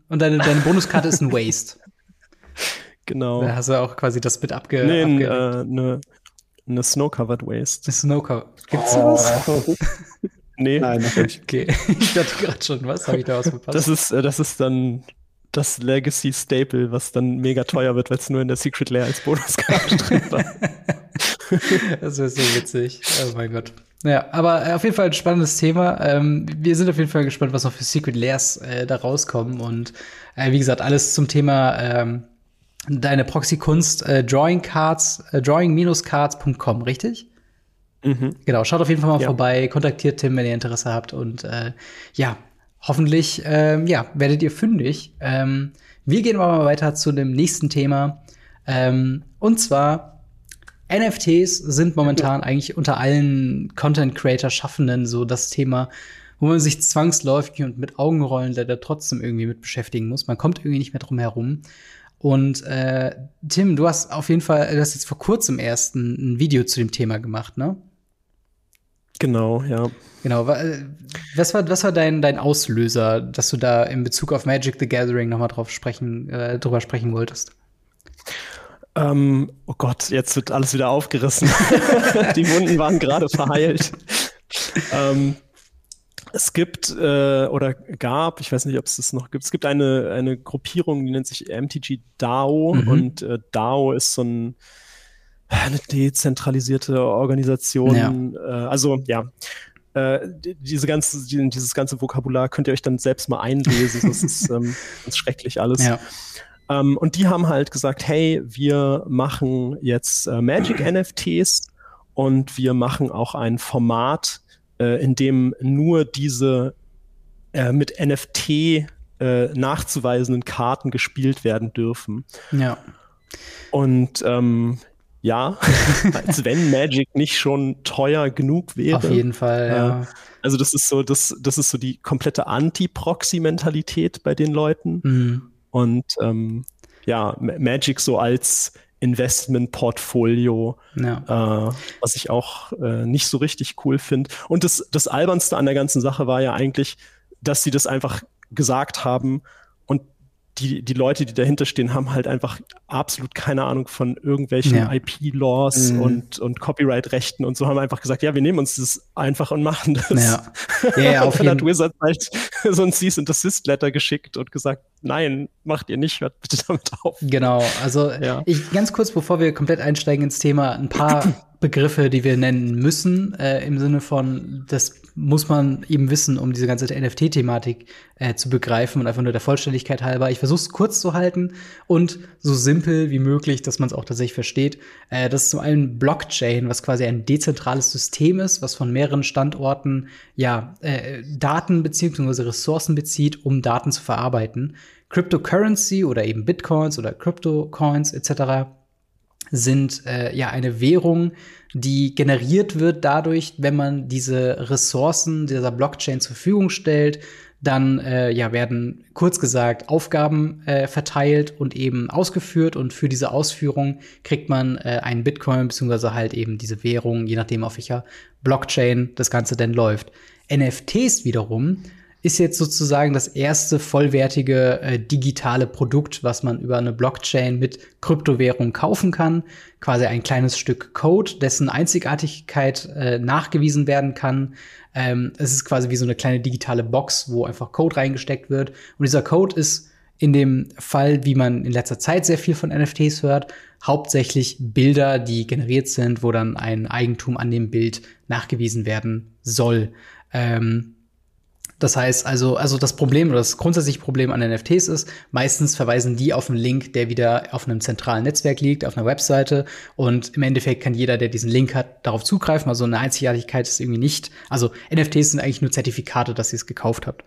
Und deine, deine Bonuskarte ist ein Waste. Genau. Da hast du auch quasi das Bit abge... Nee, abge äh, eine ne Snow-Covered Waste. Eine Snow-Covered. Gibt's sowas? Oh. Nee. Nein, noch nicht. Okay, ich dachte gerade schon, was? Habe ich da was verpasst? Das ist, äh, das ist dann das Legacy-Staple, was dann mega teuer wird, weil es nur in der Secret Lair als Bonuskarte drin war. Das wäre so witzig. Oh mein Gott. Ja, aber auf jeden Fall ein spannendes Thema. Ähm, wir sind auf jeden Fall gespannt, was noch für Secret Lairs äh, da rauskommen. Und äh, wie gesagt, alles zum Thema ähm, deine Proxy-Kunst, äh, Drawing Cards, äh, drawing cards punkt com, richtig? Mhm. Genau, schaut auf jeden Fall mal Ja. vorbei, kontaktiert Tim, wenn ihr Interesse habt. Und äh, ja, hoffentlich ähm, ja, werdet ihr fündig. Ähm, wir gehen aber mal weiter zu dem nächsten Thema. Ähm, und zwar N F Ts sind momentan eigentlich unter allen Content-Creator-Schaffenden so das Thema, wo man sich zwangsläufig und mit Augenrollen leider trotzdem irgendwie mit beschäftigen muss. Man kommt irgendwie nicht mehr drum herum. Und äh, Tim, du hast auf jeden Fall, du hast jetzt vor kurzem erst ein, ein Video zu dem Thema gemacht, ne? Genau, ja. Genau. wa- äh, Was war, was war dein, dein Auslöser, dass du da in Bezug auf Magic the Gathering noch mal drauf sprechen, äh, drüber sprechen wolltest? Ähm, oh Gott, jetzt wird alles wieder aufgerissen. Die Wunden waren gerade verheilt. ähm, es gibt äh, oder gab, ich weiß nicht, ob es das noch gibt, es gibt eine, eine Gruppierung, die nennt sich M T G DAO. Mhm. Und äh, DAO ist so ein, eine dezentralisierte Organisation. Äh, also ja, äh, die- diese ganze, die, dieses ganze Vokabular könnt ihr euch dann selbst mal einlesen. Das ist ähm, ganz schrecklich alles. Ja. Ähm, und die haben halt gesagt, hey, wir machen jetzt äh, Magic-N F Ts und wir machen auch ein Format, äh, in dem nur diese äh, mit N F T äh, nachzuweisenden Karten gespielt werden dürfen. Ja. Und ähm, ja, als wenn Magic nicht schon teuer genug wäre. Auf jeden Fall, ja. Also das ist so, das, das ist so die komplette Anti-Proxy-Mentalität bei den Leuten. Mhm. Und ähm, ja, Ma- Magic so als Investment-Portfolio, Ja. äh, was ich auch äh, nicht so richtig cool finde. Und das, das Albernste an der ganzen Sache war ja eigentlich, dass sie das einfach gesagt haben und die, die Leute, die dahinter stehen, haben halt einfach absolut keine Ahnung von irgendwelchen Ja. I P-Laws Mhm. und, und Copyright-Rechten und so, haben einfach gesagt, ja, wir nehmen uns das einfach und machen das. Ja. Ja, ja, auf Und dann hat jeden- Wizard halt so ein Cease and Desist Letter geschickt und gesagt, nein, macht ihr nicht, hört bitte damit auf. Genau, also Ja. ich ganz kurz, bevor wir komplett einsteigen ins Thema, ein paar Begriffe, die wir nennen müssen, äh, im Sinne von, das muss man eben wissen, um diese ganze N F T-Thematik äh, zu begreifen und einfach nur der Vollständigkeit halber. Ich versuche es kurz zu halten und so simpel wie möglich, dass man es auch tatsächlich versteht. Äh, das ist zum einen Blockchain, was quasi ein dezentrales System ist, was von mehreren Standorten ja äh, Daten beziehungsweise Ressourcen bezieht, um Daten zu verarbeiten. Cryptocurrency oder eben Bitcoins oder Cryptocoins et cetera sind äh, ja eine Währung, die generiert wird dadurch, wenn man diese Ressourcen dieser Blockchain zur Verfügung stellt. Dann äh, ja, werden kurz gesagt Aufgaben äh, verteilt und eben ausgeführt. Und für diese Ausführung kriegt man äh, einen Bitcoin beziehungsweise halt eben diese Währung, je nachdem auf welcher Blockchain das Ganze denn läuft. N F Ts wiederum ist jetzt sozusagen das erste vollwertige äh, digitale Produkt, was man über eine Blockchain mit Kryptowährung kaufen kann. Quasi ein kleines Stück Code, dessen Einzigartigkeit äh, nachgewiesen werden kann. Ähm, es ist quasi wie so eine kleine digitale Box, wo einfach Code reingesteckt wird. Und dieser Code ist in dem Fall, wie man in letzter Zeit sehr viel von N F Ts hört, hauptsächlich Bilder, die generiert sind, wo dann ein Eigentum an dem Bild nachgewiesen werden soll. Ähm, Das heißt also, also das Problem oder das grundsätzliche Problem an N F Ts ist, meistens verweisen die auf einen Link, der wieder auf einem zentralen Netzwerk liegt, auf einer Webseite. Und im Endeffekt kann jeder, der diesen Link hat, darauf zugreifen. Also eine Einzigartigkeit ist irgendwie nicht. Also N F Ts sind eigentlich nur Zertifikate, dass ihr es gekauft habt.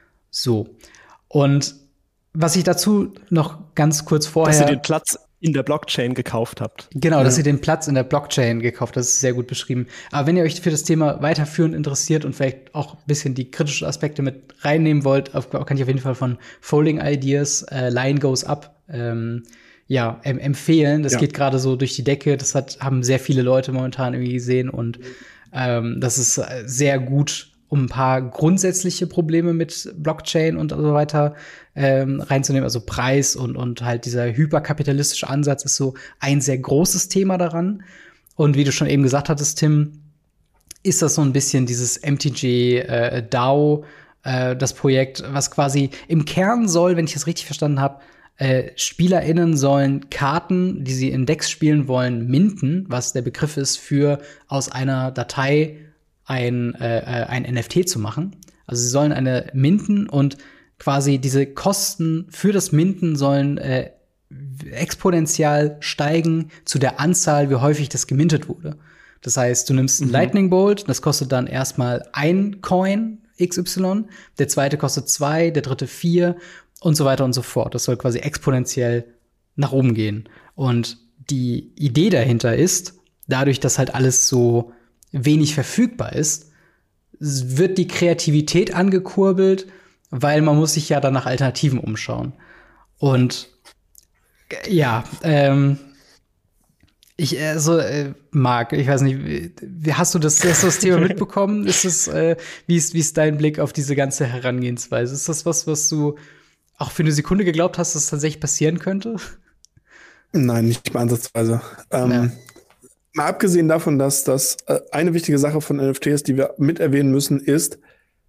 So. Und was ich dazu noch ganz kurz vorher. Dass ihr den Platz in der Blockchain gekauft habt. Genau, dass Ja. ihr den Platz in der Blockchain gekauft habt, das ist sehr gut beschrieben. Aber wenn ihr euch für das Thema weiterführend interessiert und vielleicht auch ein bisschen die kritischen Aspekte mit reinnehmen wollt, auf, kann ich auf jeden Fall von Folding Ideas, äh, Line Goes Up, ähm, ja, em empfehlen. Das Ja. geht gerade so durch die Decke. Das hat, haben sehr viele Leute momentan irgendwie gesehen und ähm, das ist äh, sehr gut, um ein paar grundsätzliche Probleme mit Blockchain und so weiter ähm, reinzunehmen. Also Preis und, und halt dieser hyperkapitalistische Ansatz ist so ein sehr großes Thema daran. Und wie du schon eben gesagt hattest, Tim, ist das so ein bisschen dieses M T G äh, DAO, äh, das Projekt, was quasi im Kern soll, wenn ich das richtig verstanden habe, äh, SpielerInnen sollen Karten, die sie in Decks spielen wollen, minten, was der Begriff ist für aus einer Datei ein, äh, ein N F T zu machen. Also sie sollen eine minten und quasi diese Kosten für das Minten sollen äh, exponentiell steigen zu der Anzahl, wie häufig das gemintet wurde. Das heißt, du nimmst einen mhm. Lightning Bolt, das kostet dann erstmal ein Coin X Y, der zweite kostet zwei, der dritte vier und so weiter und so fort. Das soll quasi exponentiell nach oben gehen. Und die Idee dahinter ist, dadurch, dass halt alles so wenig verfügbar ist, wird die Kreativität angekurbelt, weil man muss sich ja dann nach Alternativen umschauen. Und ja, ähm, ich, also, äh, Marc, ich weiß nicht, wie, hast du das, hast du das Thema mitbekommen? Ist es, äh, wie ist, wie ist dein Blick auf diese ganze Herangehensweise? Ist das was, was du auch für eine Sekunde geglaubt hast, dass es tatsächlich passieren könnte? Nein, nicht mal ansatzweise. Ähm, ja. Mal abgesehen davon, dass das äh, eine wichtige Sache von N F Ts, die wir mit erwähnen müssen, ist,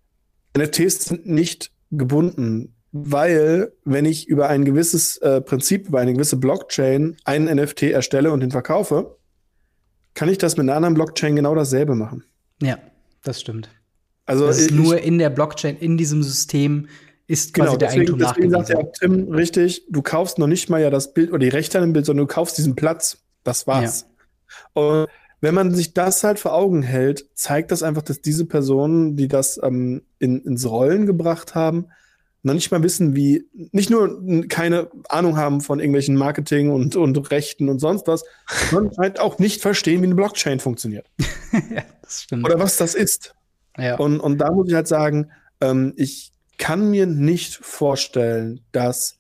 N F Ts sind nicht gebunden, weil wenn ich über ein gewisses äh, Prinzip, über eine gewisse Blockchain einen N F T erstelle und den verkaufe, kann ich das mit einer anderen Blockchain genau dasselbe machen. Ja, das stimmt. Also das ist ich, nur in der Blockchain, in diesem System ist quasi genau, der deswegen, Eigentum deswegen nachgewiesen. sagt ja Tim richtig, du kaufst noch nicht mal ja das Bild oder die Rechte an dem Bild, sondern du kaufst diesen Platz. Das war's. Ja. Und wenn man sich das halt vor Augen hält, zeigt das einfach, dass diese Personen, die das ähm, in, ins Rollen gebracht haben, noch nicht mal wissen, wie, nicht nur keine Ahnung haben von irgendwelchen Marketing und, und Rechten und sonst was, sondern halt auch nicht verstehen, wie eine Blockchain funktioniert. Ja, das stimmt. Oder was das ist. Ja. Und, und da muss ich halt sagen, ähm, ich kann mir nicht vorstellen, dass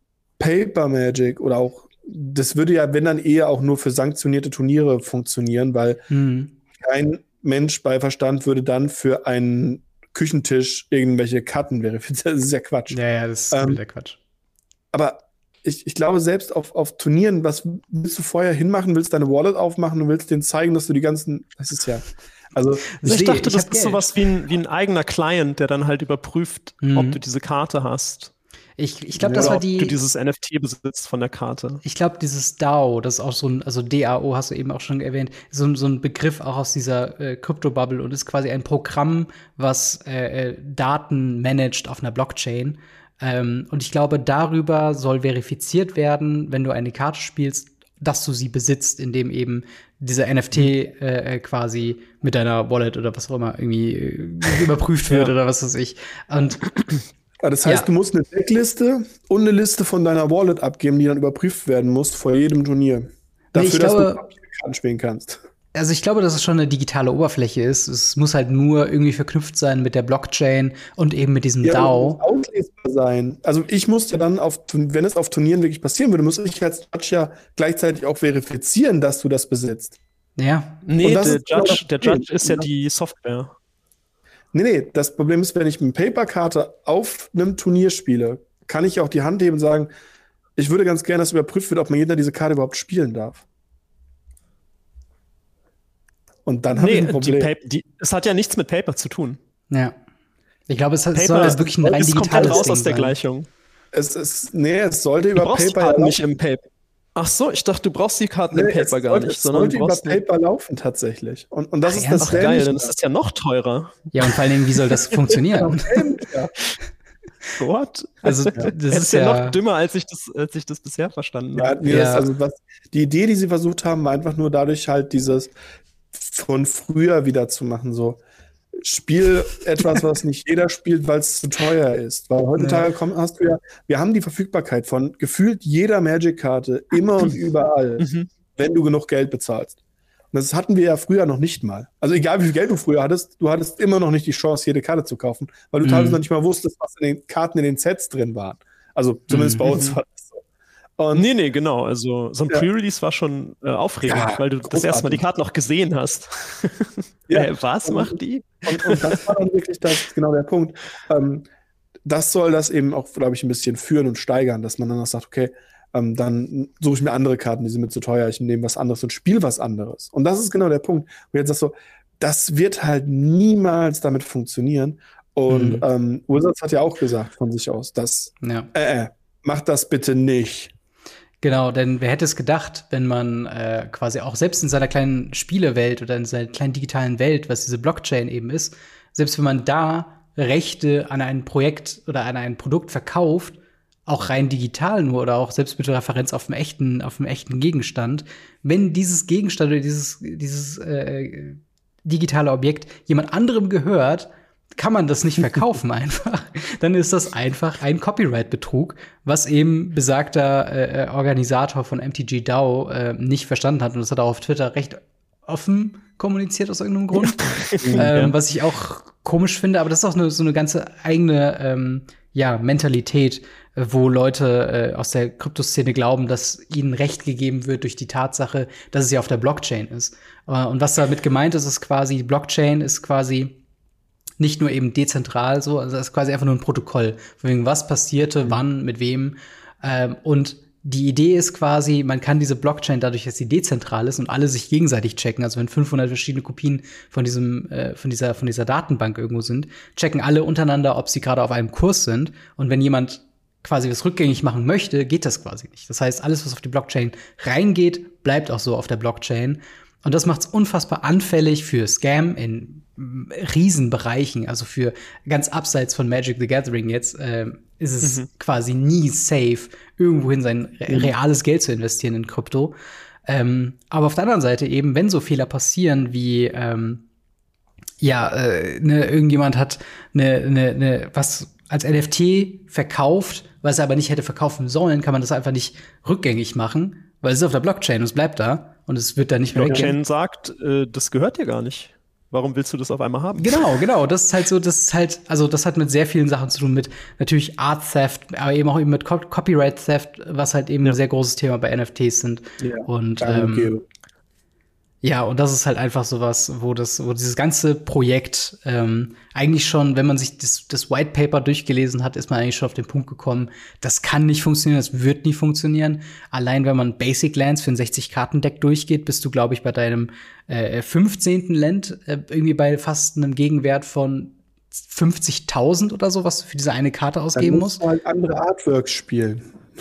Paper Magic oder auch, das würde ja, wenn dann eher auch nur für sanktionierte Turniere funktionieren, weil mhm. kein Mensch bei Verstand würde dann für einen Küchentisch irgendwelche Karten verifizieren. Das ist ja Quatsch. Ja, ja, das ist ähm, der Quatsch. Aber ich, ich glaube, selbst auf, auf Turnieren, was willst du vorher hinmachen? Willst deine Wallet aufmachen und willst denen zeigen, dass du die ganzen, das ist ja, also ich See, dachte, ich das ist Geld. sowas wie ein, wie ein eigener Client, der dann halt überprüft, mhm. ob du diese Karte hast. Ich, ich glaube, das war die. Ob du dieses N F T besitzt von der Karte. Ich glaube, dieses DAO, das ist auch so ein, also D A O hast du eben auch schon erwähnt, so, so ein Begriff auch aus dieser äh, Crypto-Bubble und ist quasi ein Programm, was äh, Daten managt auf einer Blockchain. Ähm, und ich glaube, darüber soll verifiziert werden, wenn du eine Karte spielst, dass du sie besitzt, indem eben dieser N F T äh, quasi mit deiner Wallet oder was auch immer irgendwie äh, überprüft wird ja. oder was weiß ich. Und das heißt, ja. du musst eine Deckliste und eine Liste von deiner Wallet abgeben, die dann überprüft werden muss vor jedem Turnier. Dafür, nee, glaube, dass du Karten spielen kannst. Also ich glaube, dass es schon eine digitale Oberfläche ist. Es muss halt nur irgendwie verknüpft sein mit der Blockchain und eben mit diesem ja, DAO. Das muss auslesbar sein. Also ich muss ja dann, auf, wenn es auf Turnieren wirklich passieren würde, muss ich als Judge ja gleichzeitig auch verifizieren, dass du das besitzt. Ja. Nee, der Judge, der Judge ist ja die Software. Nee, nee, das Problem ist, wenn ich eine Paperkarte auf einem Turnier spiele, kann ich auch die Hand heben und sagen, ich würde ganz gerne, dass überprüft wird, ob man jeder diese Karte überhaupt spielen darf. Und dann haben nee, wir ein Problem. Die Paper, die, es hat ja nichts mit Paper zu tun. Ja. Ich glaube, es hat, Paper soll halt wirklich ein rein digitales komplett raus Ding aus der sein. Gleichung. Es ist, nee, es sollte über du brauchst Paper die nicht im Paper. Ach so, ich dachte, du brauchst die Karten nee, im Paper gar sollte, nicht. Es sondern sollte über Paper laufen tatsächlich. Und, und das Ach, ist ernst? das Ach, geil, dann ist das ja noch teurer. Ja, und vor allen Dingen, wie soll das funktionieren? What? Also, das ist, ist ja, ja noch dümmer, als ich das, als ich das bisher verstanden ja, habe. Nee, ja. das, also was, die Idee, die sie versucht haben, war einfach nur dadurch halt dieses von früher wieder zu machen, so Spiel etwas, was nicht jeder spielt, weil es zu teuer ist. Weil heutzutage ja. komm, hast du ja, wir haben die Verfügbarkeit von gefühlt jeder Magic-Karte immer und überall, mhm. wenn du genug Geld bezahlst. Und das hatten wir ja früher noch nicht mal. Also egal wie viel Geld du früher hattest, du hattest immer noch nicht die Chance, jede Karte zu kaufen, weil du mhm. teilweise noch nicht mal wusstest, was in den Karten in den Sets drin waren. Also zumindest mhm. bei uns war das so. Und nee, nee, genau. Also so ein Ja. Pre-Release war schon äh, aufregend, Ja, weil du das großartig. erste Mal die Karten noch gesehen hast. Ja. Äh, was Und- macht die? Und, und das war dann wirklich das, genau der Punkt. Ähm, das soll das eben auch, glaube ich, ein bisschen führen und steigern, dass man dann auch sagt, okay, ähm, dann suche ich mir andere Karten, die sind mir zu teuer, ich nehme was anderes und spiele was anderes. Und das ist genau der Punkt. Und jetzt sagst du, das wird halt niemals damit funktionieren. Und Mhm. ähm, Wizards hat ja auch gesagt von sich aus, dass, Ja. äh, äh, macht das bitte nicht. Genau, denn wer hätte es gedacht, wenn man äh, quasi auch selbst in seiner kleinen Spielewelt oder in seiner kleinen digitalen Welt, was diese Blockchain eben ist, selbst wenn man da Rechte an ein Projekt oder an ein Produkt verkauft, auch rein digital nur oder auch selbst mit Referenz auf einem echten, auf einem echten Gegenstand, wenn dieses Gegenstand oder dieses, dieses äh, digitale Objekt jemand anderem gehört, kann man das nicht verkaufen einfach. Dann ist das einfach ein Copyright-Betrug, was eben besagter äh, Organisator von M T G DAO äh, nicht verstanden hat. Und das hat er auf Twitter recht offen kommuniziert aus irgendeinem Grund. ähm, Ja. Was ich auch komisch finde, aber das ist auch eine, so eine ganze eigene ähm, ja, Mentalität, äh, wo Leute äh, aus der Kryptoszene glauben, dass ihnen Recht gegeben wird durch die Tatsache, dass es ja auf der Blockchain ist. Äh, und was damit gemeint ist, ist quasi, die Blockchain ist quasi nicht nur eben dezentral so, also das ist quasi einfach nur ein Protokoll, von wegen was passierte, wann, mit wem. Ähm, und die Idee ist quasi, man kann diese Blockchain dadurch, dass sie dezentral ist und alle sich gegenseitig checken, also wenn fünfhundert verschiedene Kopien von diesem, äh, von dieser, von dieser Datenbank irgendwo sind, checken alle untereinander, ob sie gerade auf einem Kurs sind. Und wenn jemand quasi was rückgängig machen möchte, geht das quasi nicht. Das heißt, alles, was auf die Blockchain reingeht, bleibt auch so auf der Blockchain. Und das macht es unfassbar anfällig für Scam in Riesenbereichen, also für ganz abseits von Magic the Gathering jetzt, äh, ist es Mhm. quasi nie safe, irgendwohin sein re reales Geld zu investieren in Krypto. Ähm, aber auf der anderen Seite eben, wenn so Fehler passieren wie ähm, ja, äh, ne, irgendjemand hat ne, ne, ne, was als N F T verkauft, was er aber nicht hätte verkaufen sollen, kann man das einfach nicht rückgängig machen, weil es ist auf der Blockchain und es bleibt da und es wird da nicht mehr weggehen. Blockchain sagt, äh, das gehört dir gar nicht. Warum willst du das auf einmal haben? Genau, genau. Das ist halt so, das ist halt, also das hat mit sehr vielen Sachen zu tun, mit natürlich Art Theft, aber eben auch eben mit Co Copyright Theft, was halt eben Ja. ein sehr großes Thema bei N F Ts sind. Ja, Und danke. ähm, ja, und das ist halt einfach sowas, wo das, wo dieses ganze Projekt ähm, eigentlich schon, wenn man sich das, das White Paper durchgelesen hat, ist man eigentlich schon auf den Punkt gekommen, das kann nicht funktionieren, das wird nie funktionieren. Allein wenn man Basic Lands für ein sechzig-Karten-Deck durchgeht, bist du, glaube ich, bei deinem äh, fünfzehnten Land äh, irgendwie bei fast einem Gegenwert von fünfzigtausend oder so, was du für diese eine Karte Dann ausgeben musst musst. du halt andere Artworks spielen.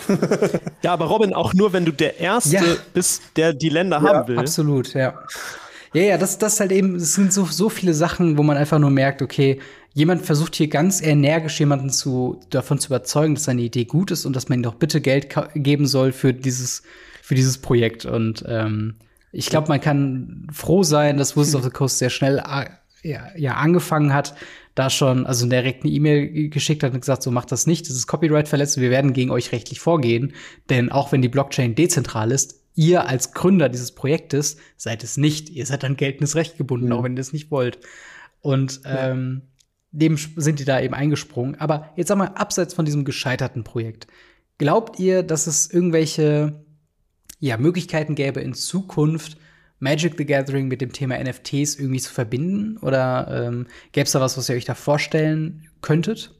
Ja, aber Robin, auch nur, wenn du der Erste Ja. bist, der die Länder Ja, haben will. Absolut, ja. Ja, ja, das, das halt eben, es sind so, so viele Sachen, wo man einfach nur merkt, okay, jemand versucht hier ganz energisch jemanden zu, davon zu überzeugen, dass seine Idee gut ist und dass man ihm doch bitte Geld geben soll für dieses, für dieses Projekt. Und ähm, ich glaube, man kann froh sein, dass Wizards of the Coast sehr schnell äh, ja, ja, angefangen hat, da schon, also direkt eine E-Mail geschickt hat und gesagt, so macht das nicht, das ist Copyright-Verletzung, wir werden gegen euch rechtlich vorgehen, denn auch wenn die Blockchain dezentral ist, ihr als Gründer dieses Projektes seid es nicht, ihr seid an geltendes Recht gebunden, Mhm. auch wenn ihr es nicht wollt. Und ähm, dem sind die da eben eingesprungen. Aber jetzt sag mal, abseits von diesem gescheiterten Projekt, glaubt ihr, dass es irgendwelche ja, Möglichkeiten gäbe, in Zukunft Magic the Gathering mit dem Thema N F Ts irgendwie zu verbinden? Oder ähm, gäbe es da was, was ihr euch da vorstellen könntet?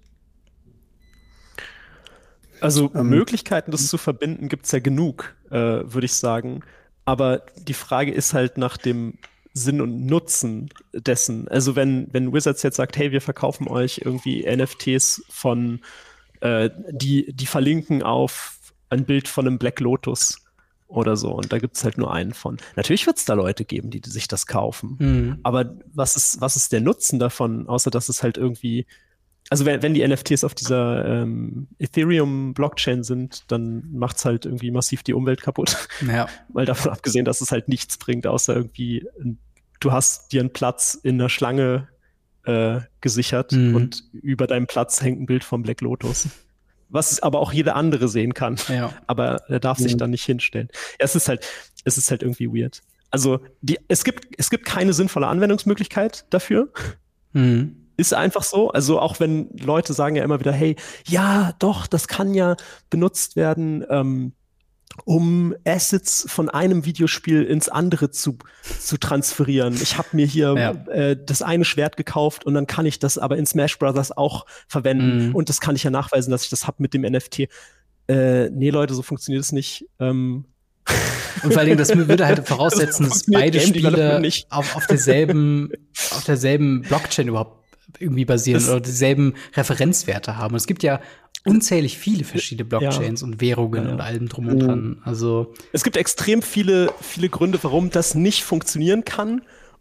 Also Ähm, Möglichkeiten, das zu verbinden, gibt's ja genug, äh, würde ich sagen. Aber die Frage ist halt nach dem Sinn und Nutzen dessen. Also wenn, wenn Wizards jetzt sagt, hey, wir verkaufen euch irgendwie N F Ts von, äh, die, die verlinken auf ein Bild von einem Black Lotus oder so. Und da gibt's halt nur einen von. Natürlich wird's da Leute geben, die sich das kaufen. Mhm. Aber was ist, was ist der Nutzen davon, außer dass es halt irgendwie, also wenn, wenn die N F Ts auf dieser ähm, Ethereum-Blockchain sind, dann macht's halt irgendwie massiv die Umwelt kaputt. Ja. Mal davon abgesehen, dass es halt nichts bringt, außer irgendwie, ein- du hast dir einen Platz in der Schlange äh, gesichert Mhm. und über deinem Platz hängt ein Bild vom Black Lotus. Was aber auch jeder andere sehen kann. Ja. Aber er darf sich Mhm. da nicht hinstellen. Ja, es ist halt, es ist halt irgendwie weird. Also die, es gibt, es gibt keine sinnvolle Anwendungsmöglichkeit dafür. Mhm. Ist einfach so. Also auch wenn Leute sagen ja immer wieder, hey, ja, doch, das kann ja benutzt werden, ähm, um Assets von einem Videospiel ins andere zu, zu transferieren. Ich habe mir hier ja. äh, das eine Schwert gekauft und dann kann ich das aber in Smash Brothers auch verwenden. Mm. Und das kann ich ja nachweisen, dass ich das habe mit dem N F T. Äh, nee, Leute, so funktioniert es nicht. Ähm Und vor allen Dingen, das würde halt voraussetzen, dass beide Spiele auf, auf derselben, auf derselben Blockchain überhaupt irgendwie basieren das oder dieselben Referenzwerte haben. Und es gibt ja unzählig viele verschiedene Blockchains ja. und Währungen ja, ja. und allem drum und dran. Also es gibt extrem viele, viele Gründe, warum das nicht funktionieren kann.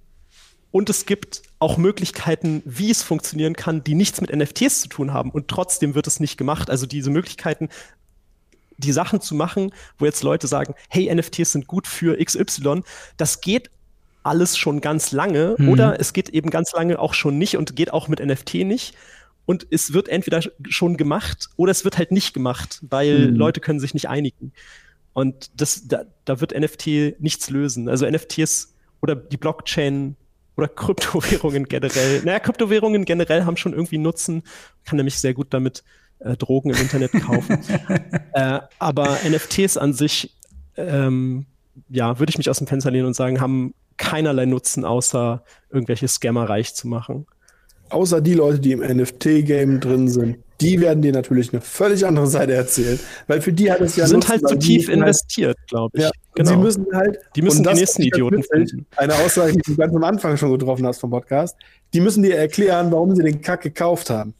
Und es gibt auch Möglichkeiten, wie es funktionieren kann, die nichts mit N F Ts zu tun haben. Und trotzdem wird es nicht gemacht. Also diese Möglichkeiten, die Sachen zu machen, wo jetzt Leute sagen, hey, N F Ts sind gut für X Y, das geht alles schon ganz lange. Mhm. Oder es geht eben ganz lange auch schon nicht und geht auch mit N F T nicht. Und es wird entweder schon gemacht oder es wird halt nicht gemacht, weil mhm. Leute können sich nicht einigen. Und das, da, da wird N F T nichts lösen. Also N F Ts oder die Blockchain oder Kryptowährungen generell. Naja, Kryptowährungen generell haben schon irgendwie Nutzen. Man kann nämlich sehr gut damit äh, Drogen im Internet kaufen. äh, aber N F Ts an sich, ähm, ja, würde ich mich aus dem Fenster lehnen und sagen, haben keinerlei Nutzen, außer irgendwelche Scammer reich zu machen. Außer die Leute, die im N F T-Game drin sind, die werden dir natürlich eine völlig andere Seite erzählen. Weil für die hat es ja sind halt zu tief investiert, halt, glaube ich. Ja, genau. Sie müssen halt, die müssen die nächsten Idioten finden. Eine Aussage, die du ganz am Anfang schon getroffen hast vom Podcast. Die müssen dir erklären, warum sie den Kack gekauft haben.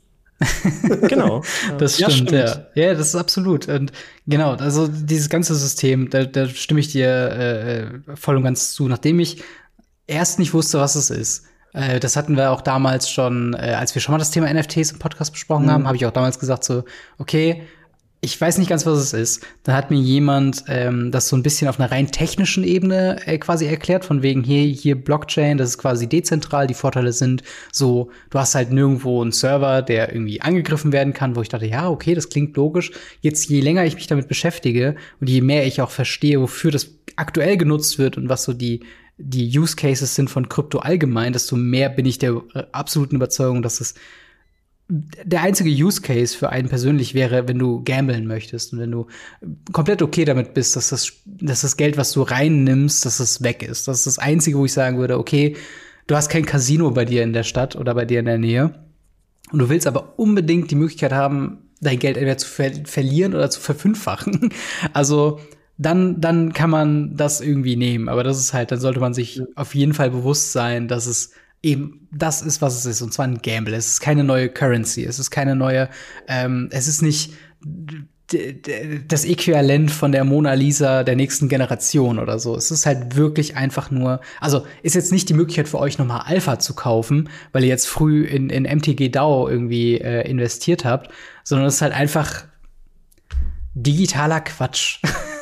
Genau. Das ja, stimmt, stimmt, ja. Ja, das ist absolut. Und genau, also dieses ganze System, da, da stimme ich dir äh, voll und ganz zu. Nachdem ich erst nicht wusste, was es ist, äh, das hatten wir auch damals schon, äh, als wir schon mal das Thema N F Ts im Podcast besprochen mhm. haben, habe ich auch damals gesagt so, okay, ich weiß nicht ganz, was es ist. Da hat mir jemand ähm, das so ein bisschen auf einer rein technischen Ebene äh, quasi erklärt, von wegen hier, hier Blockchain, das ist quasi dezentral. Die Vorteile sind so, du hast halt nirgendwo einen Server, der irgendwie angegriffen werden kann, wo ich dachte, ja, okay, das klingt logisch. Jetzt, je länger ich mich damit beschäftige und je mehr ich auch verstehe, wofür das aktuell genutzt wird und was so die die Use Cases sind von Krypto allgemein, desto mehr bin ich der äh, absoluten Überzeugung, dass es der einzige Use Case für einen persönlich wäre, wenn du gamblen möchtest und wenn du komplett okay damit bist, dass das, dass das Geld, was du reinnimmst, dass es weg ist. Das ist das Einzige, wo ich sagen würde, okay, du hast kein Casino bei dir in der Stadt oder bei dir in der Nähe und du willst aber unbedingt die Möglichkeit haben, dein Geld entweder zu ver- verlieren oder zu verfünffachen. Also dann, dann kann man das irgendwie nehmen. Aber das ist halt, dann sollte man sich auf jeden Fall bewusst sein, dass es eben das ist, was es ist, und zwar ein Gamble. Es ist keine neue Currency, es ist keine neue, ähm, es ist nicht d- d- das Äquivalent von der Mona Lisa der nächsten Generation oder so. Es ist halt wirklich einfach nur, also ist jetzt nicht die Möglichkeit für euch nochmal Alpha zu kaufen, weil ihr jetzt früh in, in M T G DAO irgendwie äh, investiert habt, sondern es ist halt einfach digitaler Quatsch.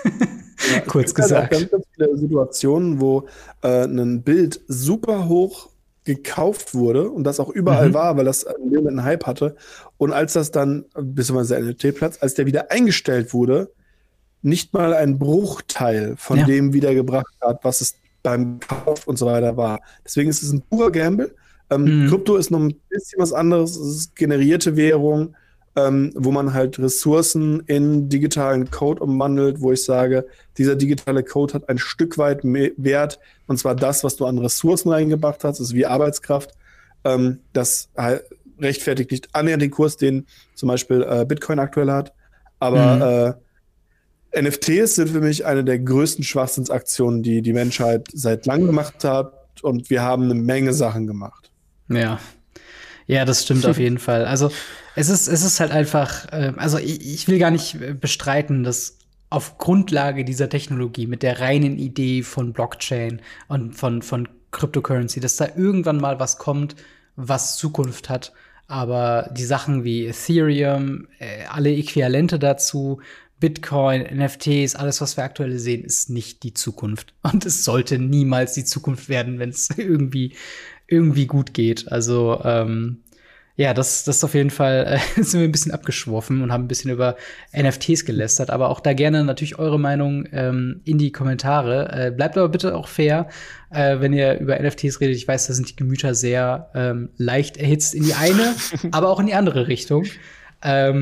Ja, kurz gesagt. Es gibt halt auch ganz, ganz viele Situationen, wo äh, ein Bild super hoch gekauft wurde und das auch überall mhm. war, weil das einen Hype hatte. Und als das dann, beziehungsweise der N F T-Platz, als der wieder eingestellt wurde, nicht mal ein Bruchteil von ja. dem wiedergebracht hat, was es beim Kauf und so weiter war. Deswegen ist es ein purer Gamble. Ähm, mhm. Krypto ist noch ein bisschen was anderes. Es ist generierte Währung, ähm, wo man halt Ressourcen in digitalen Code umwandelt, wo ich sage, dieser digitale Code hat ein Stück weit mehr Wert, und zwar das, was du an Ressourcen reingebracht hast, ist wie Arbeitskraft. Ähm, das rechtfertigt nicht annähernd den Kurs, den zum Beispiel äh, Bitcoin aktuell hat. Aber mhm. äh, N F Ts sind für mich eine der größten Schwachsinnsaktionen, die die Menschheit seit langem gemacht hat. Und wir haben eine Menge Sachen gemacht. Ja. Ja, das stimmt auf jeden Fall. Also es ist, es ist halt einfach, äh, also ich, ich will gar nicht bestreiten, dass auf Grundlage dieser Technologie mit der reinen Idee von Blockchain und von, von Cryptocurrency, dass da irgendwann mal was kommt, was Zukunft hat. Aber die Sachen wie Ethereum, äh, alle Äquivalente dazu, Bitcoin, N F Ts, alles, was wir aktuell sehen, ist nicht die Zukunft. Und es sollte niemals die Zukunft werden, wenn es irgendwie irgendwie gut geht. Also ähm, ja, das, das ist auf jeden Fall, äh, sind wir ein bisschen abgeschworfen und haben ein bisschen über N F Ts gelästert. Aber auch da gerne natürlich eure Meinung ähm, in die Kommentare. Äh, bleibt aber bitte auch fair, äh, wenn ihr über N F Ts redet. Ich weiß, da sind die Gemüter sehr ähm, leicht erhitzt in die eine, aber auch in die andere Richtung. Ähm,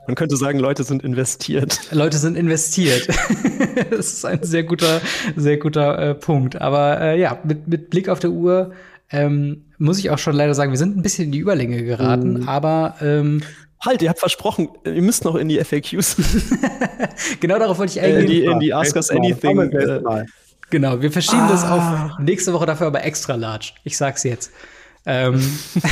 Man könnte sagen, Leute sind investiert. Leute sind investiert. Das ist ein sehr guter, sehr guter äh, Punkt. Aber äh, ja, mit, mit Blick auf die Uhr ähm, muss ich auch schon leider sagen, wir sind ein bisschen in die Überlänge geraten, mm. aber ähm, Halt, ihr habt versprochen, ihr müsst noch in die F A Qs. Genau darauf wollte ich eingehen. In die, in die Ask Us Anything. Äh, genau, wir verschieben ah. das auf nächste Woche, dafür aber extra large. Ich sag's jetzt. ähm.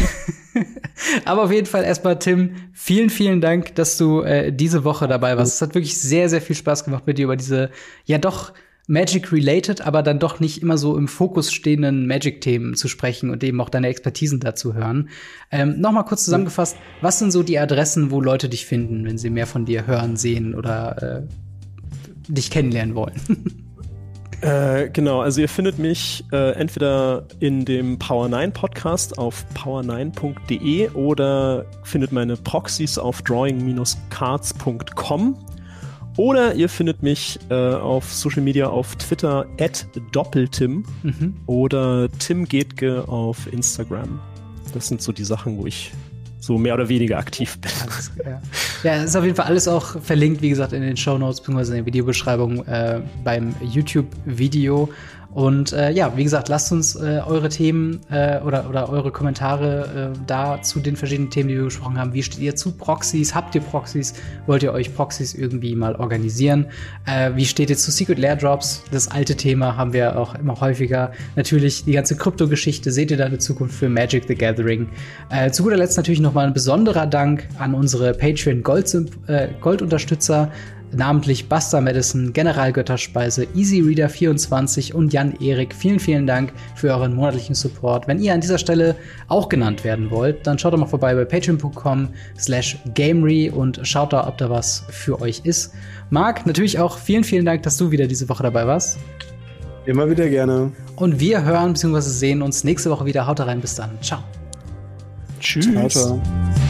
Aber auf jeden Fall erstmal, Tim, vielen, vielen Dank, dass du äh, diese Woche dabei warst. Es hat wirklich sehr, sehr viel Spaß gemacht, mit dir über diese, ja doch, Magic-related, aber dann doch nicht immer so im Fokus stehenden Magic-Themen zu sprechen und eben auch deine Expertisen dazu hören. Ähm, noch mal kurz zusammengefasst, was sind so die Adressen, wo Leute dich finden, wenn sie mehr von dir hören, sehen oder äh, dich kennenlernen wollen? Äh, genau, also ihr findet mich äh, entweder in dem Power neun Podcast auf power neun punkt de oder findet meine Proxys auf drawing dash cards punkt com. Oder ihr findet mich äh, auf Social Media auf Twitter at doppeltim mhm. oder Tim Gehtke auf Instagram. Das sind so die Sachen, wo ich so mehr oder weniger aktiv bin. Alles, ja. ja, ist auf jeden Fall alles auch verlinkt, wie gesagt, in den Shownotes bzw. in der Videobeschreibung äh, beim YouTube-Video. Und äh, ja, wie gesagt, lasst uns äh, eure Themen äh, oder, oder eure Kommentare äh, da zu den verschiedenen Themen, die wir besprochen haben. Wie steht ihr zu Proxys? Habt ihr Proxys? Wollt ihr euch Proxys irgendwie mal organisieren? Äh, wie steht ihr zu Secret Lair Drops? Das alte Thema haben wir auch immer häufiger. Natürlich die ganze Krypto-Geschichte. Seht ihr da eine Zukunft für Magic the Gathering? Äh, zu guter Letzt natürlich nochmal ein besonderer Dank an unsere Patreon-Gold-Unterstützer. Namentlich Buster Madison, General Götterspeise, EasyReader vierundzwanzig und Jan-Erik. Vielen, vielen Dank für euren monatlichen Support. Wenn ihr an dieser Stelle auch genannt werden wollt, dann schaut doch mal vorbei bei patreon punkt com slash gamery und schaut da, ob da was für euch ist. Marc, natürlich auch vielen, vielen Dank, dass du wieder diese Woche dabei warst. Immer wieder gerne. Und wir hören bzw. sehen uns nächste Woche wieder. Haut rein, bis dann. Ciao. Tschüss. Ciao, ciao.